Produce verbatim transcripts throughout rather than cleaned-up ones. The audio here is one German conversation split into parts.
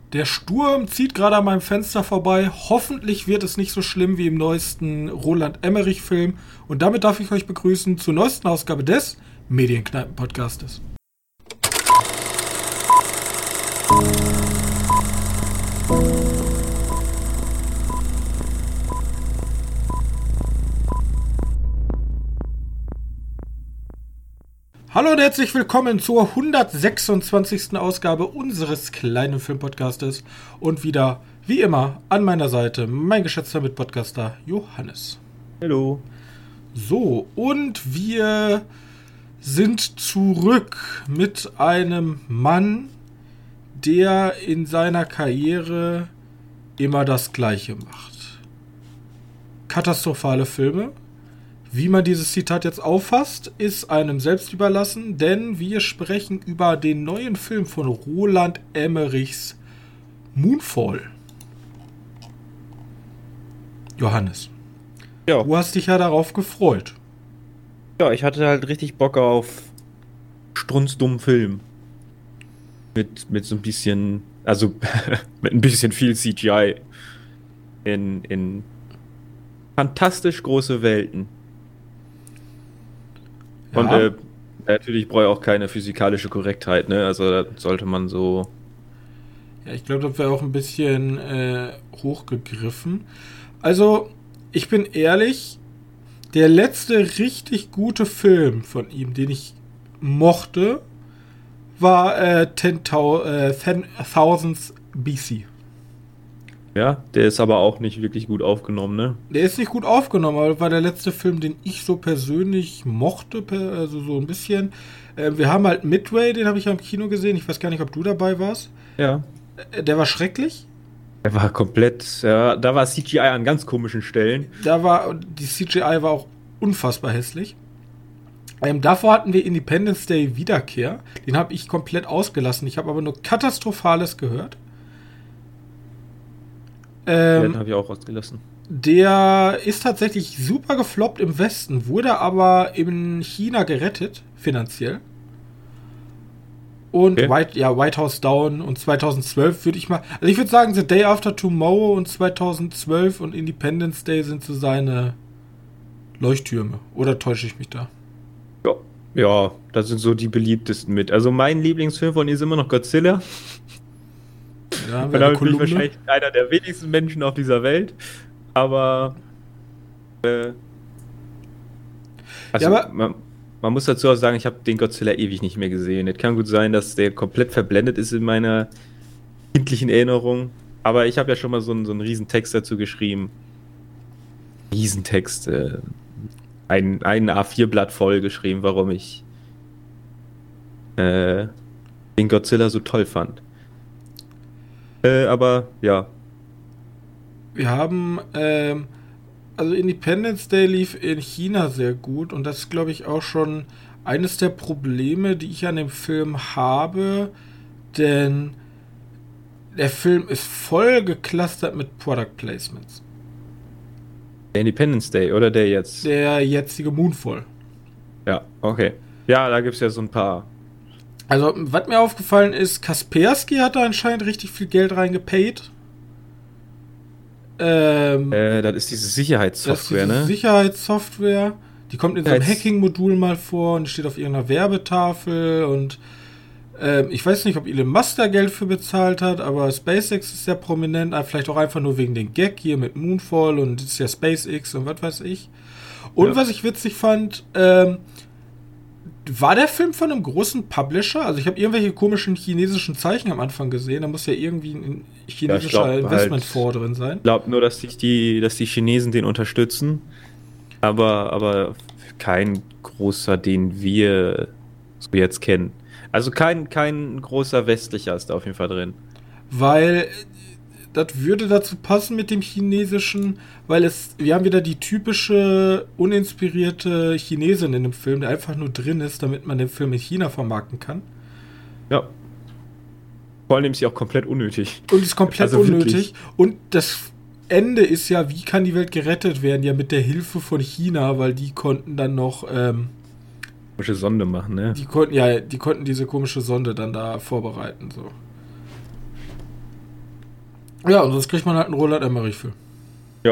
Der Sturm zieht gerade an meinem Fenster vorbei. Hoffentlich wird es nicht so schlimm wie im neuesten Roland Emmerich-Film. Und damit darf ich euch begrüßen zur neuesten Ausgabe des Medienkneipen-Podcastes. Hallo und herzlich willkommen zur hundertsechsundzwanzigsten Ausgabe unseres kleinen Filmpodcastes. Und wieder, wie immer, an meiner Seite mein geschätzter Mitpodcaster Johannes. Hallo. So, und wir sind zurück mit einem Mann, der in seiner Karriere immer das Gleiche macht. Katastrophale Filme. Wie man dieses Zitat jetzt auffasst, ist einem selbst überlassen, denn wir sprechen über den neuen Film von Roland Emmerichs Moonfall. Johannes, Ja. du hast dich ja darauf gefreut. Ja, ich hatte halt richtig Bock auf strunzdummen Film. Mit, mit so ein bisschen, also mit ein bisschen viel C G I in, in fantastisch große Welten. Ja. Und äh, natürlich brauche ich auch keine physikalische Korrektheit, ne? Also da sollte man so. Ja, ich glaube, das wäre auch ein bisschen äh, hochgegriffen. Also, ich bin ehrlich, der letzte richtig gute Film von ihm, den ich mochte, war äh, ten Thousands B C. Ja, der ist aber auch nicht wirklich gut aufgenommen, ne? Der ist nicht gut aufgenommen, aber das war der letzte Film, den ich so persönlich mochte, also so ein bisschen. Äh, wir haben halt Midway, den habe ich ja im Kino gesehen. Ich weiß gar nicht, ob du dabei warst. Ja. Äh, der war schrecklich. Der war komplett, ja, da war C G I an ganz komischen Stellen. Da war, die C G I war auch unfassbar hässlich. Ähm, davor hatten wir Independence Day Wiederkehr. Den habe ich komplett ausgelassen. Ich habe aber nur Katastrophales gehört. Den habe ich auch ausgelassen. Der ist tatsächlich super gefloppt im Westen, wurde aber in China gerettet, finanziell. Und Okay. White, ja, White House Down und zweitausendzwölf würde ich mal... Also ich würde sagen, The Day After Tomorrow und zweitausendzwölf und Independence Day sind so seine Leuchttürme. Oder täusche ich mich da? Ja, ja, das sind so die beliebtesten mit. Also mein Lieblingsfilm von ihm ist immer noch Godzilla. Ja, Und damit bin ich wahrscheinlich einer der wenigsten Menschen auf dieser Welt. Aber äh, also Ja, aber- man, man muss dazu auch sagen, ich habe den Godzilla ewig nicht mehr gesehen. Es kann gut sein, dass der komplett verblendet ist in meiner kindlichen Erinnerung. Aber ich habe ja schon mal so einen, so einen Riesentext dazu geschrieben. Riesentext. Äh, ein, ein A vier Blatt voll geschrieben, warum ich äh, den Godzilla so toll fand. Äh, aber ja. Wir haben, ähm, also Independence Day lief in China sehr gut und das ist, glaube ich, auch schon eines der Probleme, die ich an dem Film habe, denn der Film ist voll geklustert mit Product Placements. Der Independence Day oder der jetzt? Der jetzige Moonfall. Ja, okay. Ja, da gibt es ja so ein paar. Also, was mir aufgefallen ist, Kaspersky hat da anscheinend richtig viel Geld reingepaid. Ähm, Äh, das ist diese Sicherheitssoftware, das ist diese ne? Sicherheitssoftware. Die kommt in so einem Sicherheits- Hacking-Modul mal vor und steht auf irgendeiner Werbetafel und ähm, ich weiß nicht, ob Elon Musk da Geld für bezahlt hat, aber SpaceX ist sehr prominent, äh, vielleicht auch einfach nur wegen den Gag hier mit Moonfall und das ist ja SpaceX und was weiß ich. Und Ja. was ich witzig fand, ähm, war der Film von einem großen Publisher? Also ich habe irgendwelche komischen chinesischen Zeichen am Anfang gesehen, da muss ja irgendwie ein chinesischer Ja, ich glaub, Investmentfonds drin sein. Ich glaube nur, dass sich die, dass die Chinesen den unterstützen. Aber, aber kein großer, den wir so jetzt kennen. Also kein, kein großer westlicher ist da auf jeden Fall drin. Weil das würde dazu passen mit dem Chinesischen, weil es, wir haben wieder die typische uninspirierte Chinesin in dem Film, der einfach nur drin ist, damit man den Film in China vermarkten kann. Ja. Vor allem ist sie auch komplett unnötig. Und ist komplett Also unnötig. wirklich. Und das Ende ist ja, wie kann die Welt gerettet werden? Ja, mit der Hilfe von China, weil die konnten dann noch, ähm, Komische Sonde machen, ne? die konnten, ja, die konnten diese komische Sonde dann da vorbereiten, so. Ja, und sonst kriegt man halt einen Roland Emmerich-Film. Ja.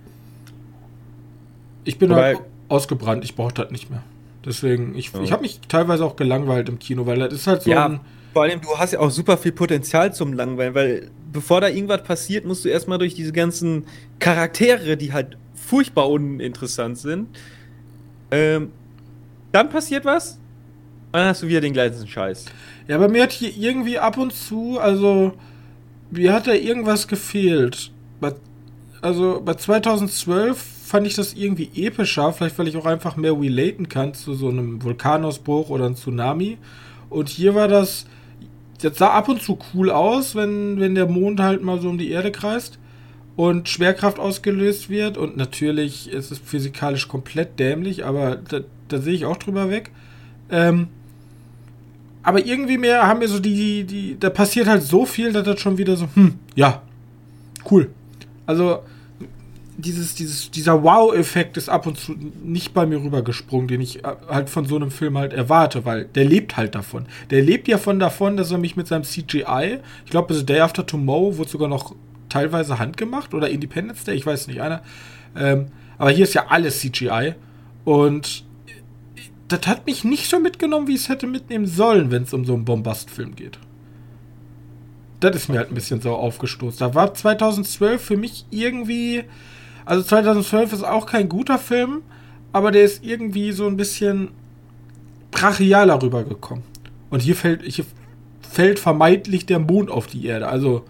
Ich bin Wobei- halt ausgebrannt, ich brauche das nicht mehr. Deswegen, ich, Ja. ich habe mich teilweise auch gelangweilt im Kino, weil das ist halt so Ja, ein... vor allem, du hast ja auch super viel Potenzial zum Langweilen, weil bevor da irgendwas passiert, musst du erstmal durch diese ganzen Charaktere, die halt furchtbar uninteressant sind. Ähm, dann passiert was, dann hast du wieder den gleichen Scheiß. Ja, aber mir hat hier irgendwie ab und zu, also, mir hat da irgendwas gefehlt. Bei, also, bei zweitausendzwölf fand ich das irgendwie epischer, vielleicht weil ich auch einfach mehr relaten kann zu so einem Vulkanausbruch oder einem Tsunami. Und hier war das, das sah ab und zu cool aus, wenn, wenn der Mond halt mal so um die Erde kreist und Schwerkraft ausgelöst wird. Und natürlich ist es physikalisch komplett dämlich, aber da, da sehe ich auch drüber weg. Ähm, aber irgendwie mehr haben wir so die, die, da passiert halt so viel, dass das schon wieder so, hm, ja, cool. Also, dieses, dieses, dieser Wow-Effekt ist ab und zu nicht bei mir rübergesprungen, den ich halt von so einem Film halt erwarte, weil der lebt halt davon. Der lebt ja von davon, dass er mich mit seinem C G I, ich glaube, The Day After Tomorrow wurde sogar noch teilweise handgemacht oder Independence Day, ich weiß nicht, einer. Ähm, aber hier ist ja alles C G I und das hat mich nicht so mitgenommen, wie es hätte mitnehmen sollen, wenn es um so einen Bombastfilm geht. Das ist mir halt ein bisschen so aufgestoßen. Da war zweitausendzwölf für mich irgendwie... Also zweitausendzwölf ist auch kein guter Film, aber der ist irgendwie so ein bisschen brachialer rübergekommen. Und hier fällt, hier fällt vermeintlich der Mond auf die Erde. Also,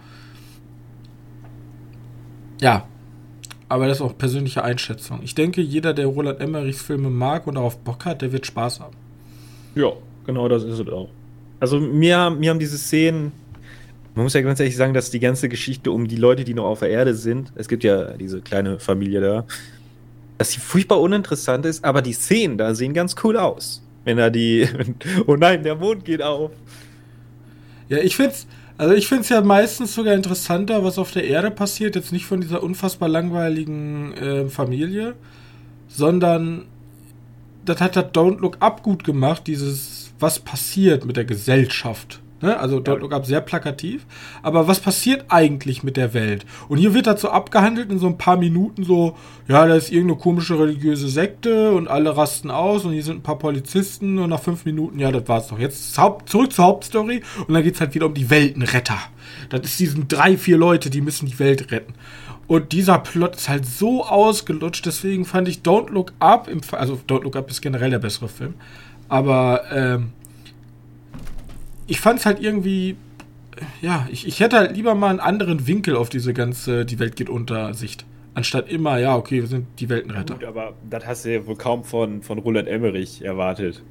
ja. Aber das ist auch persönliche Einschätzung. Ich denke, jeder, der Roland Emmerichs Filme mag und darauf Bock hat, der wird Spaß haben. Ja, genau das ist es auch. Also mir, mir haben diese Szenen, man muss ja ganz ehrlich sagen, dass die ganze Geschichte um die Leute, die noch auf der Erde sind, es gibt ja diese kleine Familie da, dass sie furchtbar uninteressant ist, aber die Szenen da sehen ganz cool aus. Wenn da die, oh nein, der Mond geht auf. Ja, ich find's, also ich find's ja meistens sogar interessanter, was auf der Erde passiert, jetzt nicht von dieser unfassbar langweiligen äh, Familie, sondern das hat das Don't Look Up gut gemacht, dieses, was passiert mit der Gesellschaft. Ne? Also Don't Look Up sehr plakativ, aber was passiert eigentlich mit der Welt? Und hier wird das so abgehandelt in so ein paar Minuten so, ja, da ist irgendeine komische religiöse Sekte und alle rasten aus und hier sind ein paar Polizisten und nach fünf Minuten, ja, das war's doch. Jetzt Haupt, zurück zur Hauptstory und dann geht's halt wieder um die Weltenretter. Das ist diesen drei, vier Leute, die müssen die Welt retten. Und dieser Plot ist halt so ausgelutscht, deswegen fand ich Don't Look Up, im, also Don't Look Up ist generell der bessere Film, aber ähm, ich fand es halt irgendwie, ja, ich, ich hätte halt lieber mal einen anderen Winkel auf diese ganze Die Welt geht unter Sicht. Anstatt immer, ja, okay, wir sind die Weltenretter. Gut, aber das hast du ja wohl kaum von, von Roland Emmerich erwartet.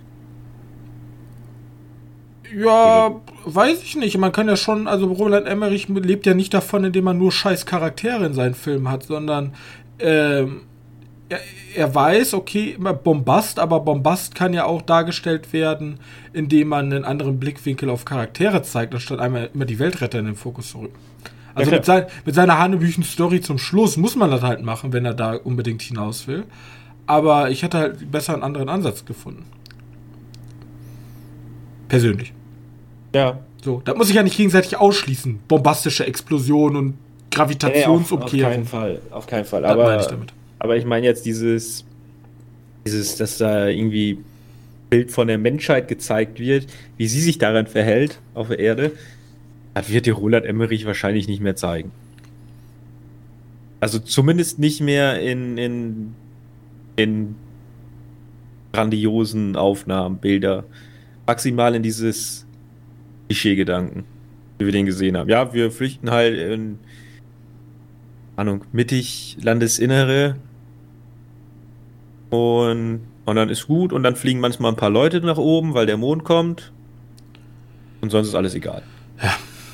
Ja, weiß ich nicht. Man kann ja schon, also Roland Emmerich lebt ja nicht davon, indem man nur scheiß Charaktere in seinen Filmen hat, sondern ähm, er, er weiß, okay, immer Bombast, aber Bombast kann ja auch dargestellt werden, indem man einen anderen Blickwinkel auf Charaktere zeigt, anstatt einmal immer die Weltretter in den Fokus zu rücken. Also Ja, mit, sein, mit seiner Hanebüchen-Story zum Schluss muss man das halt machen, wenn er da unbedingt hinaus will. Aber ich hätte halt besser einen anderen Ansatz gefunden. Persönlich. Ja. So, das muss ich ja nicht gegenseitig ausschließen. Bombastische Explosionen und Gravitationsumkehrung. Auf keinen Fall, auf keinen Fall. Das Aber, meine ich damit. aber ich meine jetzt dieses, dieses, dass da irgendwie Bild von der Menschheit gezeigt wird, wie sie sich daran verhält auf der Erde, das wird dir Roland Emmerich wahrscheinlich nicht mehr zeigen. Also zumindest nicht mehr in, in, in grandiosen Aufnahmen, Bilder. Maximal in dieses Klischee-Gedanken, wie wir den gesehen haben. Ja, wir flüchten halt in, Ahnung, mittig Landesinnere und, und dann ist gut und dann fliegen manchmal ein paar Leute nach oben, weil der Mond kommt und sonst ist alles egal. Ja.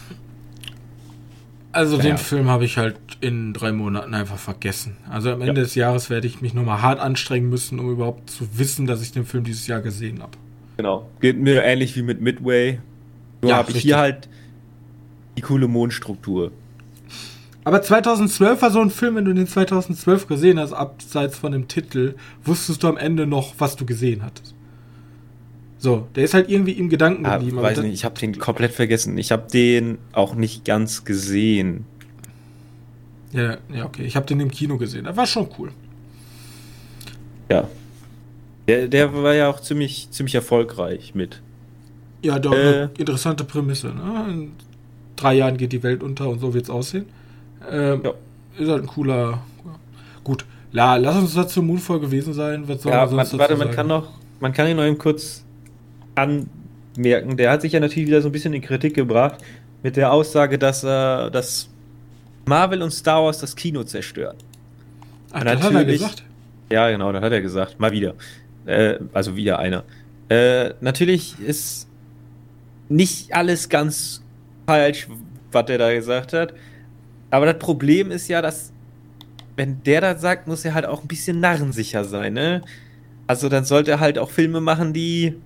Also Naja. den Film habe ich halt in drei Monaten einfach vergessen. Also am Ende Ja. des Jahres werde ich mich nochmal hart anstrengen müssen, um überhaupt zu wissen, dass ich den Film dieses Jahr gesehen habe. Genau. Geht mir ähnlich wie mit Midway. Nur Ja, habe ich richtig. hier halt die coole Mondstruktur. Aber zweitausendzwölf war so ein Film, wenn du den zweitausendzwölf gesehen hast, abseits von dem Titel, wusstest du am Ende noch, was du gesehen hattest. So, der ist halt irgendwie im Gedanken Ah, geblieben. weiß aber nicht, ich habe den komplett vergessen. Ich habe den auch nicht ganz gesehen. Ja, ja, okay. Ich habe den im Kino gesehen. Das war schon cool. Ja. Der, der war ja auch ziemlich, ziemlich erfolgreich mit. Ja, doch Äh. eine interessante Prämisse. Ne? In drei Jahren geht die Welt unter und so wird's aussehen. Ähm, Ja. Ist halt ein cooler. Gut. La, lass uns dazu Moonfall gewesen sein. Was soll Ja, man man, sonst warte, dazu man sagen? kann noch, man kann ihn noch eben kurz anmerken. Der hat sich ja natürlich wieder so ein bisschen in Kritik gebracht mit der Aussage, dass er, dass Marvel und Star Wars das Kino zerstören. Ach, Und das hat er natürlich- gesagt. Ja, genau, das hat er gesagt. Mal wieder. Äh, also wieder einer. Äh, natürlich ist nicht alles ganz falsch, was er da gesagt hat. Aber das Problem ist ja, dass, wenn der das sagt, muss er halt auch ein bisschen narrensicher sein, ne? Also dann sollte er halt auch Filme machen, die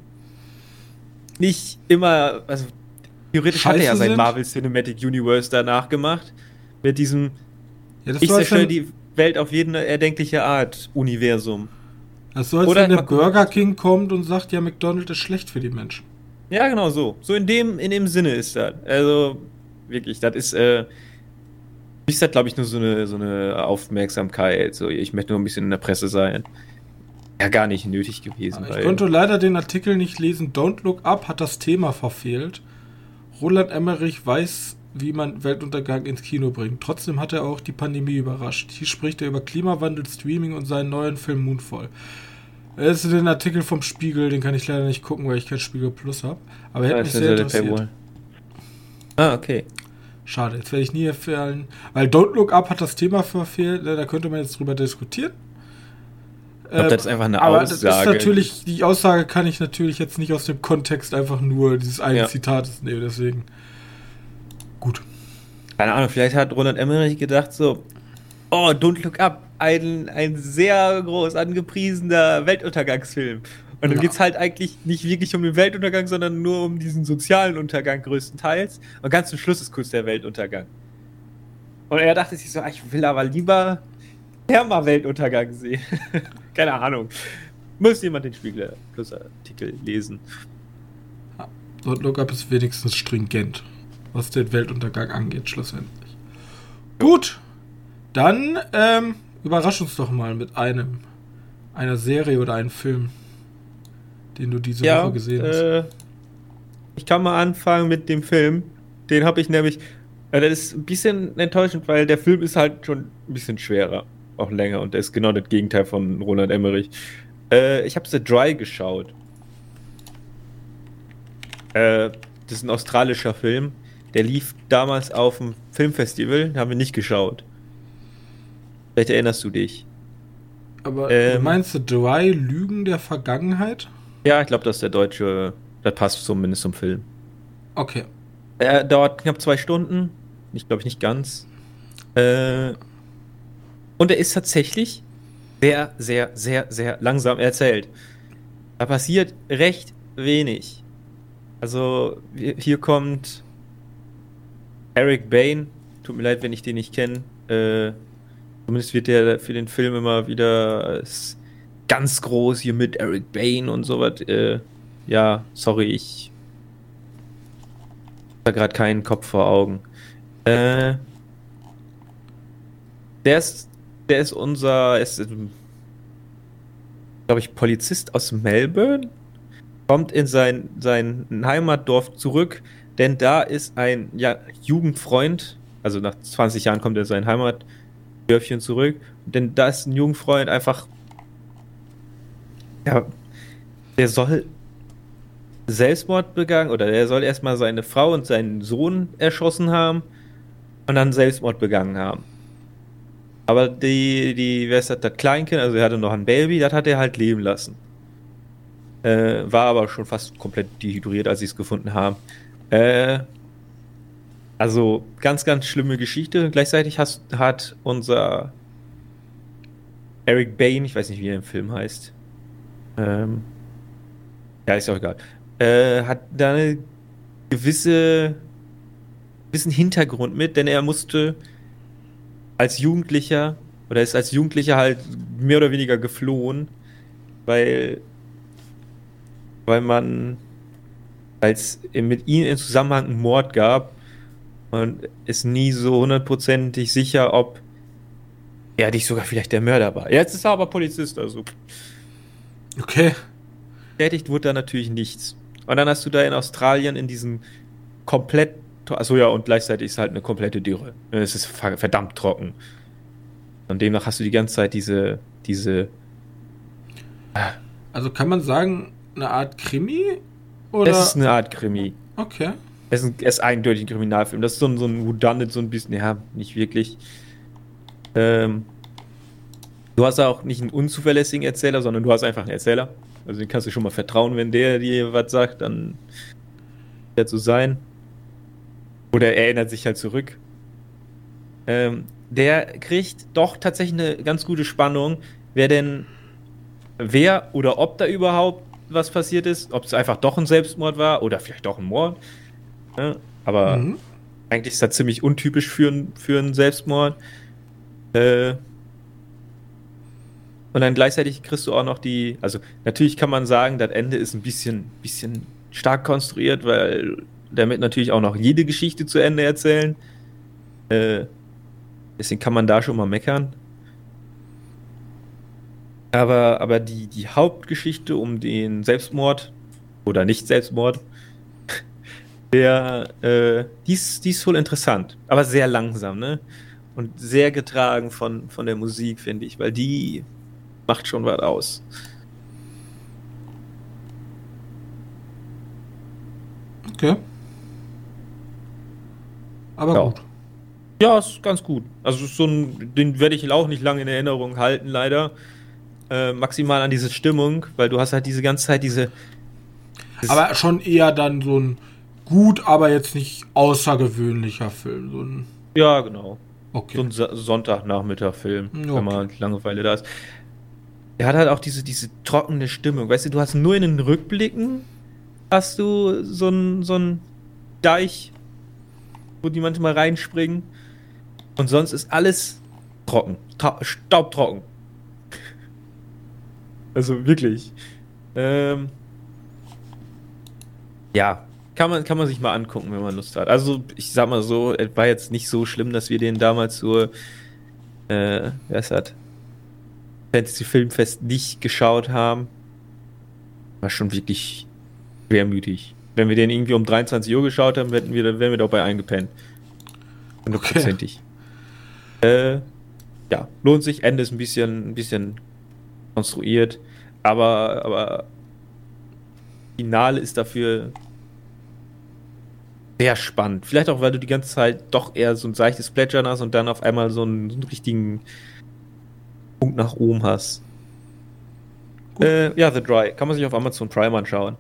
nicht immer, also theoretisch hat er ja Scheiße sein sind? Marvel Cinematic Universe danach gemacht. Mit diesem, Ja, das ich so, als zerstöre wenn, die Welt auf jede erdenkliche Art Universum. das ist so, als Oder wenn der mal gucken. Burger King kommt und sagt, ja, McDonald's ist schlecht für die Menschen. Ja, genau so. So in dem, in dem Sinne ist das. Also, wirklich, das ist, äh, ist das, glaube ich, nur so eine, so eine Aufmerksamkeit. So, ich möchte nur ein bisschen in der Presse sein. Ja, gar nicht nötig gewesen. Ich weil- konnte leider den Artikel nicht lesen. Don't Look Up hat das Thema verfehlt. Roland Emmerich weiß, wie man Weltuntergang ins Kino bringt. Trotzdem hat er auch die Pandemie überrascht. Hier spricht er über Klimawandel, Streaming und seinen neuen Film Moonfall. Das ist den Artikel vom Spiegel, den kann ich leider nicht gucken, weil ich kein Spiegel Plus habe. Aber er Ja, hat mich ist sehr ja der interessiert. Paywall. Ah, okay. Schade, jetzt werde ich nie erfahren. Weil Don't Look Up hat das Thema verfehlt, da könnte man jetzt drüber diskutieren. Ich glaube, das ist einfach eine Aber das ist Aussage. natürlich, die Aussage kann ich natürlich jetzt nicht aus dem Kontext einfach nur dieses eine Ja. Zitates nehmen, deswegen. Gut. Keine Ahnung, vielleicht hat Roland Emmerich gedacht so, oh, Don't Look Up, ein, ein sehr groß angepriesener Weltuntergangsfilm. Und dann Ja. geht's halt eigentlich nicht wirklich um den Weltuntergang, sondern nur um diesen sozialen Untergang größtenteils. Und ganz zum Schluss ist kurz der Weltuntergang. Und er dachte sich so, ah, ich will aber lieber Therma-Weltuntergang sehen. Keine Ahnung. Muss jemand den Spiegel Plus Artikel lesen. Don't Look Up ist wenigstens stringent, was den Weltuntergang angeht, schlussendlich. Gut, dann ähm, überrasch uns doch mal mit einem, einer Serie oder einem Film, den du diese Woche gesehen hast. Äh, ich kann mal anfangen mit dem Film. Den habe ich nämlich. Äh, das ist ein bisschen enttäuschend, weil der Film ist halt schon ein bisschen schwerer, auch länger, und der ist genau das Gegenteil von Roland Emmerich. Äh, ich habe The Dry geschaut. Äh, das ist ein australischer Film. Der lief damals auf dem Filmfestival, den haben wir nicht geschaut. Vielleicht erinnerst du dich. Aber ähm, du meinst The Dry Lügen der Vergangenheit? Ja, ich glaube, das ist der deutsche. Das passt zumindest zum Film. Okay. Er dauert knapp zwei Stunden. Ich glaube ich nicht ganz. Äh, und er ist tatsächlich sehr, sehr, sehr, sehr langsam erzählt. Da passiert recht wenig. Also hier kommt Eric Bane. Tut mir leid, wenn ich den nicht kenne. Äh, zumindest wird der für den Film immer wieder als ganz groß hier mit Eric Bane und sowas. Äh, ja, sorry, ich habe gerade keinen Kopf vor Augen. Äh, der ist, der ist unser, ist, glaube ich, Polizist aus Melbourne. Kommt in sein, sein Heimatdorf zurück, denn da ist ein ja, Jugendfreund, also nach zwanzig Jahren kommt er in sein Heimatdörfchen zurück, denn da ist ein Jugendfreund einfach, ja, der soll Selbstmord begangen, oder der soll erstmal seine Frau und seinen Sohn erschossen haben und dann Selbstmord begangen haben. Aber die, die, wer ist das, das Kleinkind, also er hatte noch ein Baby, das hat er halt leben lassen. Äh, war aber schon fast komplett dehydriert, als sie es gefunden haben. Äh, also ganz, ganz schlimme Geschichte. Gleichzeitig hast, hat unser Eric Bane, ich weiß nicht, wie er im Film heißt, ähm, ja, ist auch egal, äh, hat da eine gewisse gewissen Hintergrund mit, denn er musste als Jugendlicher, oder ist als Jugendlicher halt mehr oder weniger geflohen, weil weil man, als mit ihm in Zusammenhang einen Mord gab, und ist nie so hundertprozentig sicher, ob ja, dich sogar vielleicht der Mörder war. Jetzt ist er aber Polizist, also Okay. bestätigt wurde da natürlich nichts. Und dann hast du da in Australien in diesem komplett, achso ja, und gleichzeitig ist halt eine komplette Dürre. Es ist verdammt trocken. Und demnach hast du die ganze Zeit diese, diese. Also kann man sagen, eine Art Krimi? Oder? Es ist eine Art Krimi. Okay. Es ist, ein, es ist eindeutig ein Kriminalfilm. Das ist so ein, so ein Whodunit, so ein bisschen, ja, nicht wirklich. Ähm, du hast auch nicht einen unzuverlässigen Erzähler, sondern du hast einfach einen Erzähler. Also den kannst du schon mal vertrauen, wenn der dir was sagt, dann wird es so sein. Oder er erinnert sich halt zurück. Ähm, der kriegt doch tatsächlich eine ganz gute Spannung, wer denn, wer oder ob da überhaupt was passiert ist, ob es einfach doch ein Selbstmord war oder vielleicht doch ein Mord. Ja, aber Mhm. eigentlich ist das ziemlich untypisch für, ein, für einen Selbstmord. Äh, und dann gleichzeitig kriegst du auch noch die, also natürlich kann man sagen, das Ende ist ein bisschen, bisschen stark konstruiert, weil damit natürlich auch noch jede Geschichte zu Ende erzählen. Äh, deswegen kann man da schon mal meckern. Aber, aber die, die Hauptgeschichte um den Selbstmord oder Nicht-Selbstmord, der, äh, die ist, die ist wohl interessant, aber sehr langsam, ne? Und sehr getragen von, von der Musik, finde ich, weil die macht schon was aus. Okay. Aber Ja. gut. Ja, ist ganz gut. Also so ein, den werde ich auch nicht lange in Erinnerung halten, leider. Äh, maximal an diese Stimmung, weil du hast halt diese ganze Zeit diese. Aber schon eher dann so ein gut, aber jetzt nicht außergewöhnlicher Film. So ein, Ja, genau. okay. So ein Sa- Sonntagnachmittag-Film, Okay. wenn man Langeweile da ist. Er hat halt auch diese, diese trockene Stimmung. Weißt du, du hast nur in den Rückblicken hast du so einen so einen Deich, wo die manchmal reinspringen. Und sonst ist alles trocken. Tra- staubtrocken. Also wirklich. Ähm, ja, kann man, kann man sich mal angucken, wenn man Lust hat. Also, ich sag mal so, es war jetzt nicht so schlimm, dass wir den damals zur, äh, wer ist das? Fantasy Filmfest nicht geschaut haben. War schon wirklich schwermütig. Wenn wir den irgendwie um dreiundzwanzig Uhr geschaut haben, hätten wir, dann wären wir dabei eingepennt. Hundertprozentig. Äh, ja, lohnt sich. Ende ist ein bisschen, ein bisschen konstruiert, aber, aber Finale ist dafür sehr spannend. Vielleicht auch, weil du die ganze Zeit doch eher so ein seichtes Plätschern hast und dann auf einmal so einen, so einen richtigen Punkt nach oben hast. Äh, ja, The Dry. Kann man sich auf Amazon Prime anschauen.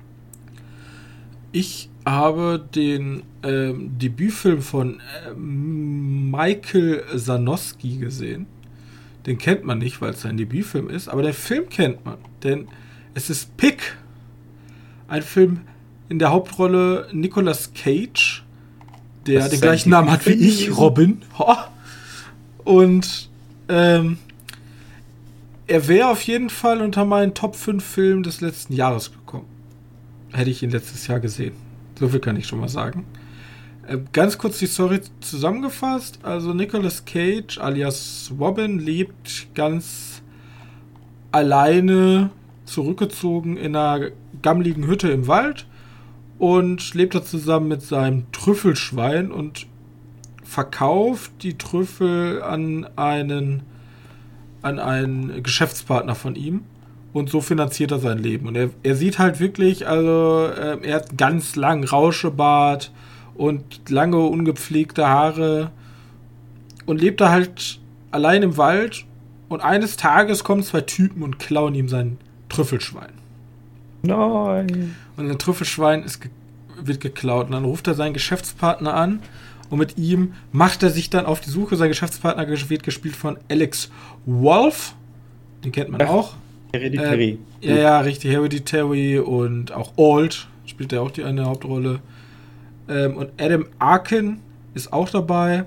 Ich habe den ähm, Debütfilm von ähm, Michael Zanowski gesehen. Den kennt man nicht, weil es sein Debütfilm ist, aber der Film kennt man, denn es ist Pick. Ein Film in der Hauptrolle Nicolas Cage, der Das den ist ein gleichen Namen hat wie Debütfilm ich, gewesen? Robin. Ho. Und ähm, er wäre auf jeden Fall unter meinen Top fünf Filmen des letzten Jahres gekommen. Hätte ich ihn letztes Jahr gesehen. So viel kann ich schon mal sagen. Äh, ganz kurz die Story zusammengefasst. Also Nicolas Cage alias Robin lebt ganz alleine zurückgezogen in einer gammeligen Hütte im Wald und lebt da zusammen mit seinem Trüffelschwein und verkauft die Trüffel an einen an einen Geschäftspartner von ihm und so finanziert er sein Leben. Und er, er sieht halt wirklich, also äh, er hat ganz lang Rauschebart und lange ungepflegte Haare und lebt da halt allein im Wald und eines Tages kommen zwei Typen und klauen ihm sein Trüffelschwein. Nein. Und ein Trüffelschwein ist ge- wird geklaut. Und dann ruft er seinen Geschäftspartner an und mit ihm macht er sich dann auf die Suche. Sein Geschäftspartner wird gespielt von Alex Wolff. Den kennt man Ach, auch. Hereditary. Äh, ja, ja, richtig. Hereditary und auch Old spielt er auch die eine Hauptrolle. Ähm, und Adam Arkin ist auch dabei.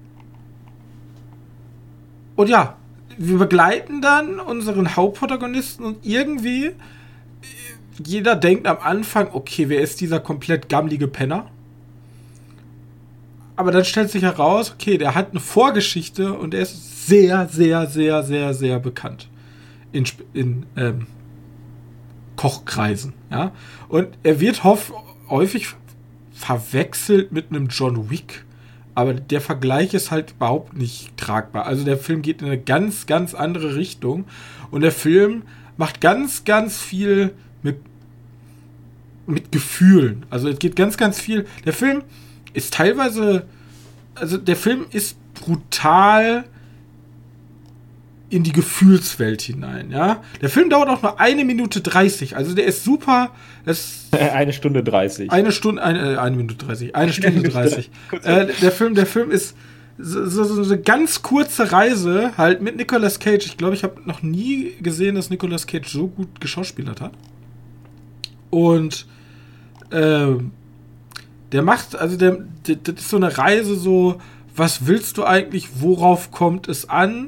Und ja, wir begleiten dann unseren Hauptprotagonisten und irgendwie jeder denkt am Anfang, okay, wer ist dieser komplett gammlige Penner? Aber dann stellt sich heraus, okay, der hat eine Vorgeschichte und er ist sehr, sehr, sehr, sehr, sehr bekannt. In, in ähm, Kochkreisen. Ja? Und er wird hof, häufig verwechselt mit einem John Wick. Aber der Vergleich ist halt überhaupt nicht tragbar. Also der Film geht in eine ganz, ganz andere Richtung. Und der Film macht ganz, ganz viel mit, mit Gefühlen. Also es geht ganz, ganz viel. Der Film ist teilweise, also der Film ist brutal in die Gefühlswelt hinein, ja. Der Film dauert auch nur eine Minute dreißig, also der ist super. Das eine Stunde dreißig. Eine Stunde, eine, äh, eine Minute dreißig, eine Stunde dreißig. äh, der Film, der Film ist so, so, so eine ganz kurze Reise, halt mit Nicolas Cage. Ich glaube, ich habe noch nie gesehen, dass Nicolas Cage so gut geschauspielert hat. Und ähm, der macht, also der, der, das ist so eine Reise, so, was willst du eigentlich, worauf kommt es an?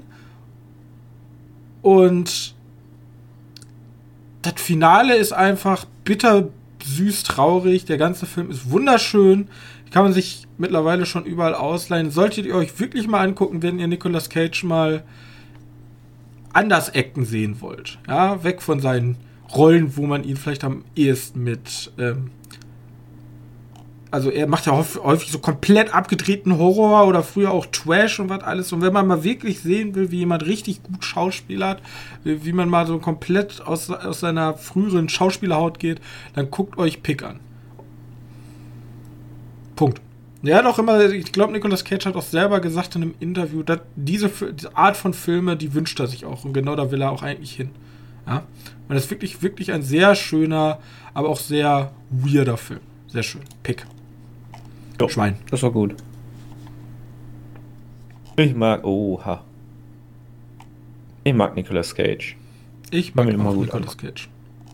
Und das Finale ist einfach bitter, süß, traurig. Der ganze Film ist wunderschön. Kann man sich mittlerweile schon überall ausleihen. Solltet ihr euch wirklich mal angucken, wenn ihr Nicolas Cage mal anders acten sehen wollt. Ja, weg von seinen Rollen, wo man ihn vielleicht am ehesten mit ähm, also er macht ja häufig so komplett abgedrehten Horror oder früher auch Trash und was alles. Und wenn man mal wirklich sehen will, wie jemand richtig gut schauspielert, wie man mal so komplett aus, aus seiner früheren Schauspielerhaut geht, dann guckt euch Pick an. Punkt. Er hat auch immer, ich glaube, Nicolas Cage hat auch selber gesagt in einem Interview, dass diese, diese Art von Filme, die wünscht er sich auch. Und genau da will er auch eigentlich hin. Ja? Und das ist wirklich, wirklich ein sehr schöner, aber auch sehr weirder Film. Sehr schön. Pick. Jo, Schwein. Das war gut. Ich mag. Oha. Ich mag Nicolas Cage. Ich mag immer auch gut Nicolas an. Cage.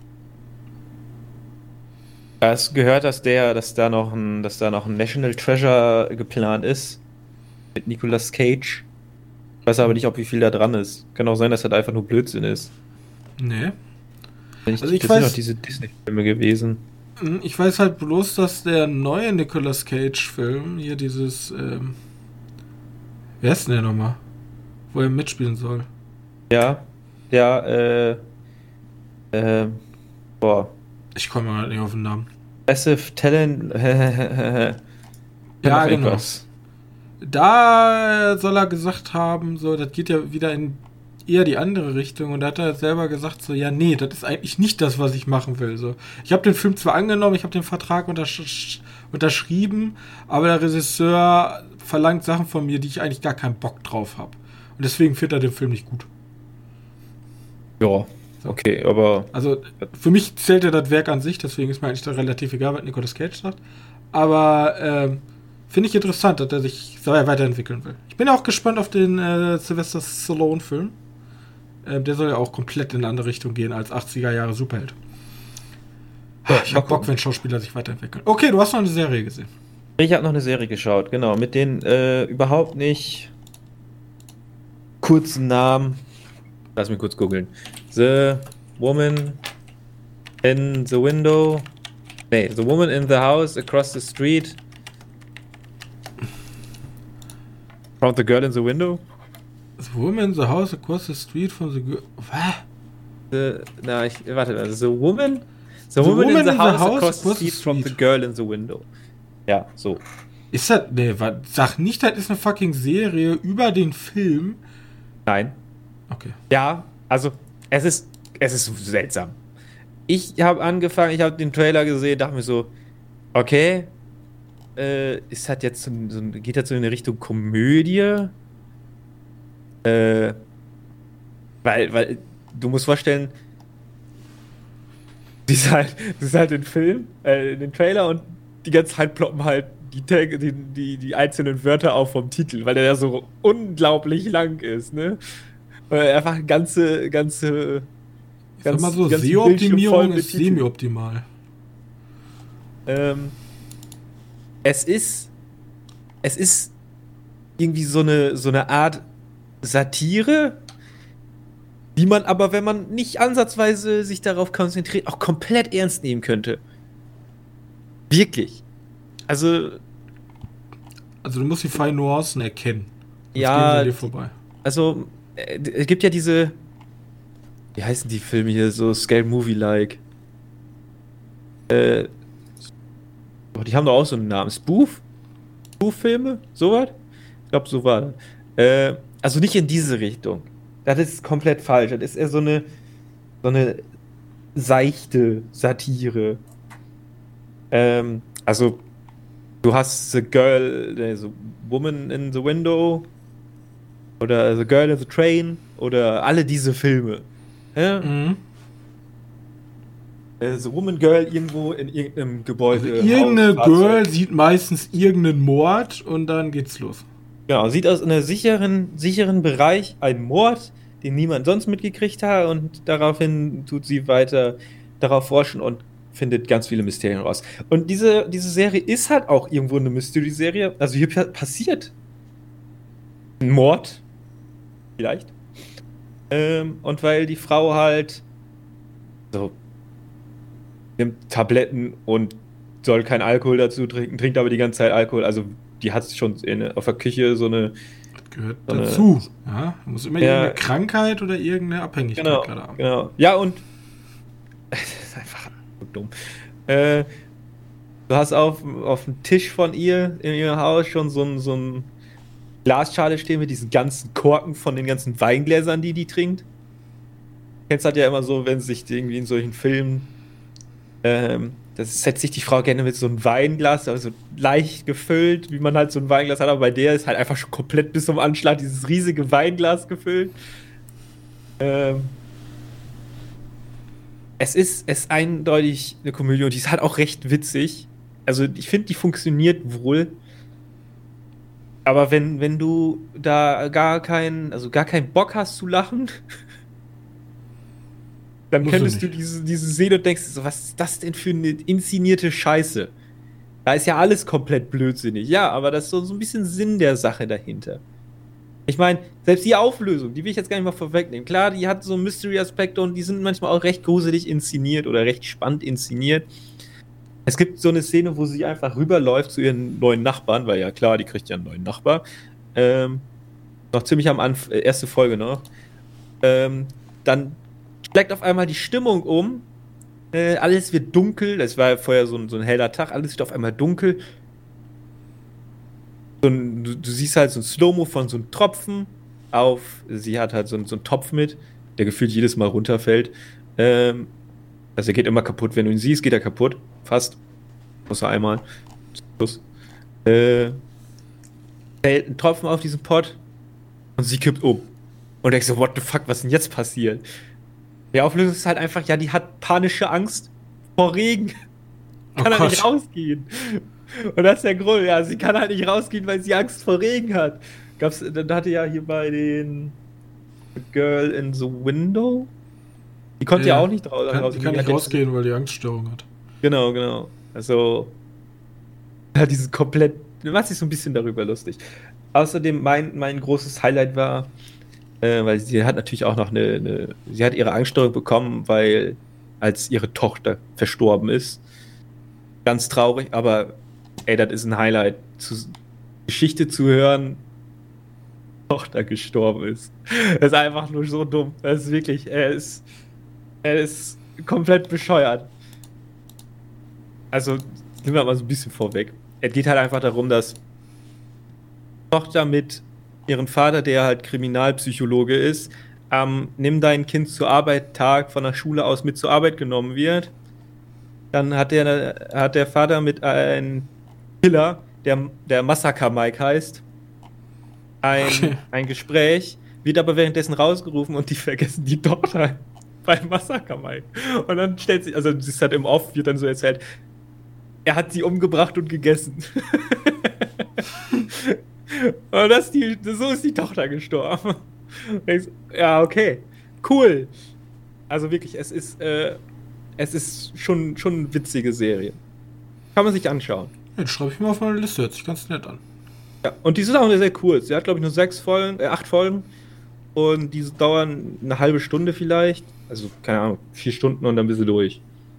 Hast du gehört, dass der, dass da noch ein, dass da noch ein National Treasure geplant ist? Mit Nicolas Cage? Ich weiß aber nicht, ob wie viel da dran ist. Kann auch sein, dass das einfach nur Blödsinn ist. Nee. Wenn ich, Also ich das weiß- sind doch diese Disney-Filme gewesen. Ich weiß halt bloß, dass der neue Nicolas Cage-Film, hier dieses, ähm, wer ist denn der nochmal? Wo er mitspielen soll. Ja. Ja, äh. Äh. Boah. Ich komme mal nicht auf den Namen. Massive Talent. Ja, Noch genau. irgendwas. Da soll er gesagt haben, so, das geht ja wieder in eher die andere Richtung. Und da hat er selber gesagt, so, ja, nee, das ist eigentlich nicht das, was ich machen will. So, ich habe den Film zwar angenommen, ich habe den Vertrag untersch unterschrieben, aber der Regisseur verlangt Sachen von mir, die ich eigentlich gar keinen Bock drauf habe. Und deswegen findet er den Film nicht gut. Ja, okay, aber. Also, für mich zählt ja das Werk an sich, deswegen ist mir eigentlich da relativ egal, was Nicolas Cage sagt. Aber, ähm, finde ich interessant, dass er sich weiterentwickeln will. Ich bin ja auch gespannt auf den äh, Sylvester Stallone-Film. Ähm, der soll ja auch komplett in eine andere Richtung gehen als achtziger Jahre Superheld. Ja, Ich mal hab Bock, gucken. wenn Schauspieler sich weiterentwickeln. Okay, du hast noch eine Serie gesehen. Ich habe noch eine Serie geschaut, genau, mit den äh, überhaupt nicht kurzen Namen. Lass mich kurz googeln. The Woman in the Window. Nee, The Woman in the House Across the Street. From the Girl in the Window. The Woman in the House Across the Street from the Girl. Was? The, na, ich, warte mal. The Woman. The, woman, in the, House, Across the Street from the Girl in the Window. Ja, so. Ist das. Nee, wa- sag nicht, das ist eine fucking Serie über den Film. Nein. Okay. Ja, also es ist es ist seltsam. Ich habe angefangen, ich habe den Trailer gesehen, dachte mir so, okay, äh, ist das jetzt so, ein- so, ein- geht das so in eine Richtung Komödie? Äh, weil, weil du musst vorstellen, die ist halt, das ist halt den Film, äh, den Trailer und die ganze Zeit ploppen halt die, Tag, die, die, die einzelnen Wörter auf vom Titel, weil der ja so unglaublich lang ist, ne? Weil er einfach ganze, ganze, Ich sag mal so, ganzen Bildschirm voll SEO-Optimierung mit ist Titeln. semi-optimal. Ähm, es ist, es ist irgendwie so eine, so eine Art Satire, die man aber, wenn man nicht ansatzweise sich darauf konzentriert, auch komplett ernst nehmen könnte. Wirklich. Also, Also du musst die feinen Nuancen erkennen. Sonst Ja, gehen sie dir die- vorbei. also, äh, es gibt ja diese, wie heißen die Filme hier, so Scale Movie-like. Äh, oh, die haben doch auch so einen Namen. Spoof? Spoof-Filme? Sowas? Ich glaube, so war das. Äh, also nicht in diese Richtung. Das ist komplett falsch. Das ist eher so eine, so eine seichte Satire. Ähm, also, du hast The Girl, äh, The Woman in the Window oder The Girl in the Train oder alle diese Filme. Ja? Mhm. Äh, The Woman Girl irgendwo in irgendeinem Gebäude. Also irgendeine Haus, Girl Fahrzeug. sieht meistens irgendeinen Mord und dann geht's los. Genau, sieht aus einem sicheren, sicheren Bereich einen Mord, den niemand sonst mitgekriegt hat, und daraufhin tut sie weiter darauf forschen und findet ganz viele Mysterien raus. Und diese, diese Serie ist halt auch irgendwo eine Mystery-Serie. Also hier pa- passiert ein Mord, vielleicht. Ähm, und weil die Frau halt so nimmt Tabletten und soll keinen Alkohol dazu trinken, trinkt aber die ganze Zeit Alkohol. Also die hat schon in, auf der Küche so eine. Das gehört So eine- dazu. Ja, muss immer Ja. irgendeine Krankheit oder irgendeine Abhängigkeit Genau, gerade haben. genau. Ja, und das ist einfach so dumm. Äh, du hast auf, auf dem Tisch von ihr in ihrem Haus schon so ein, so ein Glasschale stehen mit diesen ganzen Korken von den ganzen Weingläsern, die die trinkt. Kennst halt ja immer so, wenn sich irgendwie in solchen Filmen, ähm, das setzt sich die Frau gerne mit so einem Weinglas, also leicht gefüllt, wie man halt so ein Weinglas hat, aber bei der ist halt einfach schon komplett bis zum Anschlag dieses riesige Weinglas gefüllt. Ähm, es ist, es ist eindeutig eine Komödie und die ist halt auch recht witzig. Also ich finde, die funktioniert wohl. Aber wenn, wenn du da gar keinen, also gar keinen Bock hast zu lachen, dann Musst du könntest du nicht. diese, diese sehen und denkst so, was ist das denn für eine inszenierte Scheiße? Da ist ja alles komplett blödsinnig. Ja, aber das ist so, so ein bisschen Sinn der Sache dahinter. Ich meine, selbst die Auflösung, die will ich jetzt gar nicht mal vorwegnehmen. Klar, die hat so Mystery-Aspekte und die sind manchmal auch recht gruselig inszeniert oder recht spannend inszeniert. Es gibt so eine Szene, wo sie einfach rüberläuft zu ihren neuen Nachbarn, weil ja klar, die kriegt ja einen neuen Nachbar. Ähm, noch ziemlich am Anfang, erste Folge noch. Ähm, dann schlägt auf einmal die Stimmung um. Äh, alles wird dunkel. Das war ja vorher so ein, so ein heller Tag. Alles wird auf einmal dunkel. So ein, du, du siehst halt so ein Slow-Mo von so einem Tropfen auf. Sie hat halt so, ein- so einen Topf mit, der gefühlt jedes Mal runterfällt. Ähm, also er geht immer kaputt. Wenn du ihn siehst, geht er kaputt. Fast. Außer einmal. Schluss. Äh, fällt ein Tropfen auf diesen Pott und sie kippt um. Und denkst so, what the fuck, was ist denn jetzt passiert? Die Auflösung ist halt einfach, ja, die hat panische Angst vor Regen. Oh Kann halt nicht Gott. rausgehen. Und das ist der Grund, ja, sie kann halt nicht rausgehen, weil sie Angst vor Regen hat. Gab's, dann hatte ja hier bei den The Girl in the Window, die konnte ja, Ja, auch nicht drau- Kann, raus. die kann Die nicht hat rausgehen, weil die Angststörung hat. Genau, genau. Also, ja, dieses komplett, du machst dich so ein bisschen darüber lustig. Außerdem, mein, mein großes Highlight war, äh, weil sie hat natürlich auch noch eine, eine, sie hat ihre Angststörung bekommen, weil als ihre Tochter verstorben ist. Ganz traurig, aber ey, das ist ein Highlight, zu, Geschichte zu hören, Tochter gestorben ist. Das ist einfach nur so dumm. Das ist wirklich, er ist, er ist komplett bescheuert. Also, nehmen wir mal so ein bisschen vorweg. Es geht halt einfach darum, dass Tochter mit ihrem Vater, der halt Kriminalpsychologe ist, am Nimm dein Kind zur Arbeit Tag von der Schule aus mit zur Arbeit genommen wird. Dann hat der, hat der Vater mit einem Killer, der, der Massaker Mike heißt, ein, Okay. ein Gespräch, wird aber währenddessen rausgerufen und die vergessen die Tochter beim Massaker Mike. Und dann stellt sich, also das ist halt im Off, wird dann so erzählt, er hat sie umgebracht und gegessen. Und das ist die, so ist die Tochter gestorben. Und ich so, ja, okay. Cool. Also wirklich, es ist, äh, es ist schon, schon eine witzige Serie. Kann man sich anschauen. Jetzt schreibe ich mir auf meine Liste, hört sich ganz nett an. Ja, und die sind auch sehr kurz. Sie hat, glaube ich, nur sechs Folgen, äh, acht Folgen. Und die dauern eine halbe Stunde vielleicht. Also, keine Ahnung, vier Stunden und dann bist du durch.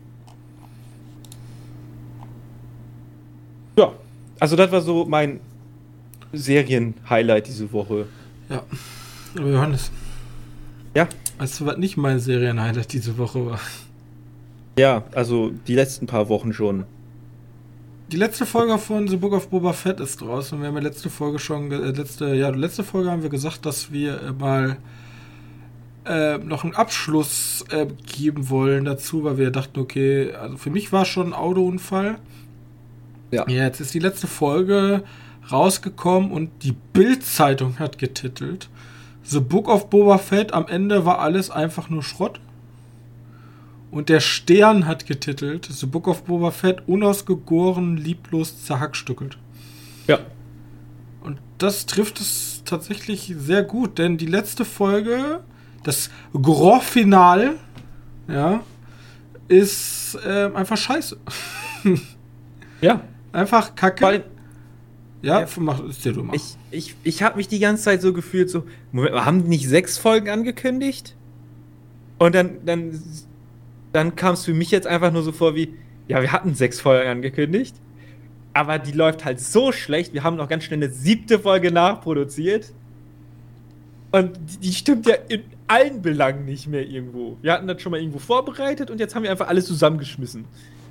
Ja, also das war so mein Serien-Highlight diese Woche. Ja. Aber Johannes. Ja. Weißt du, was nicht mein Serienhighlight diese Woche war? Ja, also die letzten paar Wochen schon. Die letzte Folge von The Book of Boba Fett ist draußen. Wir haben ja letzte Folge schon, äh, letzte, ja, letzte Folge haben wir gesagt, dass wir äh, mal äh, noch einen Abschluss äh, geben wollen dazu, weil wir dachten, okay, also für mich war es schon ein Autounfall. Ja. Ja, jetzt ist die letzte Folge rausgekommen und die Bild-Zeitung hat getitelt: The Book of Boba Fett, am Ende war alles einfach nur Schrott. Und der Stern hat getitelt: The Book of Boba Fett, unausgegoren, lieblos zerhackstückelt. Ja. Und das trifft es tatsächlich sehr gut, denn die letzte Folge, das Grand Final, ja, ist äh, einfach scheiße. Ja. Einfach kacke. Weil, ja, ja, mach es dir du mal. Ich, ich, ich habe mich die ganze Zeit so gefühlt, so, Moment mal, haben die nicht sechs Folgen angekündigt? Und dann, dann, dann kam es für mich jetzt einfach nur so vor wie, ja, wir hatten sechs Folgen angekündigt, aber die läuft halt so schlecht, wir haben noch ganz schnell eine siebte Folge nachproduziert und die, die stimmt ja in allen Belangen nicht mehr irgendwo. Wir hatten das schon mal irgendwo vorbereitet und jetzt haben wir einfach alles zusammengeschmissen.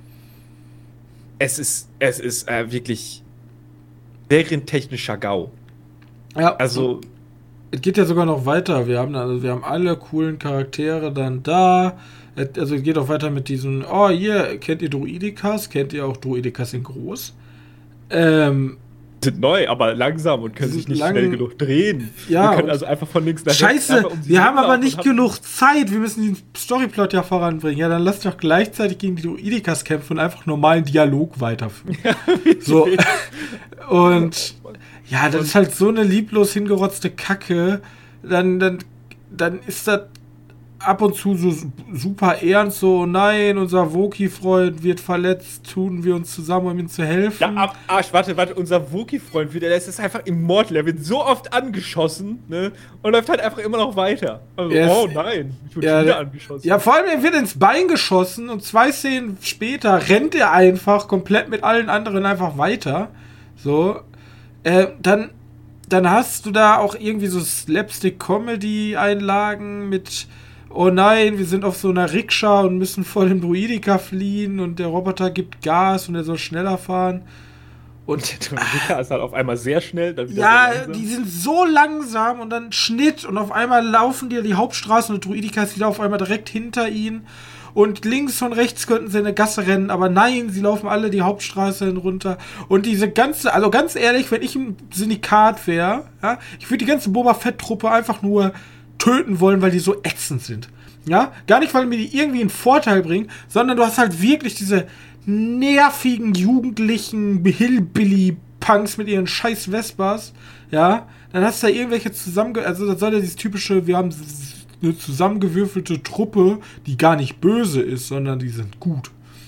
Es ist, es ist äh, wirklich serientechnischer GAU. Ja, also es geht ja sogar noch weiter. Wir haben, also wir haben alle coolen Charaktere dann da. Also es geht auch weiter mit diesen, oh, hier, kennt ihr Druidikas? Kennt ihr auch Druidikas in groß? Ähm, sind neu, aber langsam und können sich nicht lang, schnell genug drehen. Ja, wir können also einfach von links nach rechts. Scheiße, um wir haben aber nicht haben genug Zeit. Wir müssen den Storyplot ja voranbringen. Ja, dann lass doch gleichzeitig gegen die Druidikas kämpfen und einfach normalen Dialog weiterführen. Ja, so. Und ja, das ist halt so eine lieblos hingerotzte Kacke. Dann, dann, dann ist das ab und zu so super ernst, so, nein, unser Wookie-Freund wird verletzt, tun wir uns zusammen, um ihm zu helfen. Ja, ab Arsch, warte, warte, unser Wookie-Freund, der ist einfach im Mord, der wird so oft angeschossen, ne, und läuft halt einfach immer noch weiter. Also, yes. Oh nein, ich wurde ja, wieder angeschossen. Ja, vor allem, er wird ins Bein geschossen und zwei Szenen später rennt er einfach komplett mit allen anderen einfach weiter. So, äh, dann, dann hast du da auch irgendwie so Slapstick-Comedy-Einlagen mit, oh nein, wir sind auf so einer Rikscha und müssen vor dem Druidika fliehen und der Roboter gibt Gas und er soll schneller fahren. Und der Druidika ist halt auf einmal sehr schnell. Dann wieder ja, sehr langsam. Die sind so langsam und dann Schnitt und auf einmal laufen die die Hauptstraße und der Druidika ist wieder auf einmal direkt hinter ihnen. Und links und rechts könnten sie in eine Gasse rennen, aber nein, sie laufen alle die Hauptstraße runter. Und diese ganze, also ganz ehrlich, wenn ich im Syndikat wäre, ja, ich würde die ganze Boba Fett-Truppe einfach nur töten wollen, weil die so ätzend sind. Ja, gar nicht, weil mir die irgendwie einen Vorteil bringen, sondern du hast halt wirklich diese nervigen, jugendlichen Hillbilly-Punks mit ihren scheiß Vespas, ja, dann hast du da irgendwelche zusammenge... Also das soll ja dieses typische, wir haben eine zusammengewürfelte Truppe, die gar nicht böse ist, sondern die sind gut.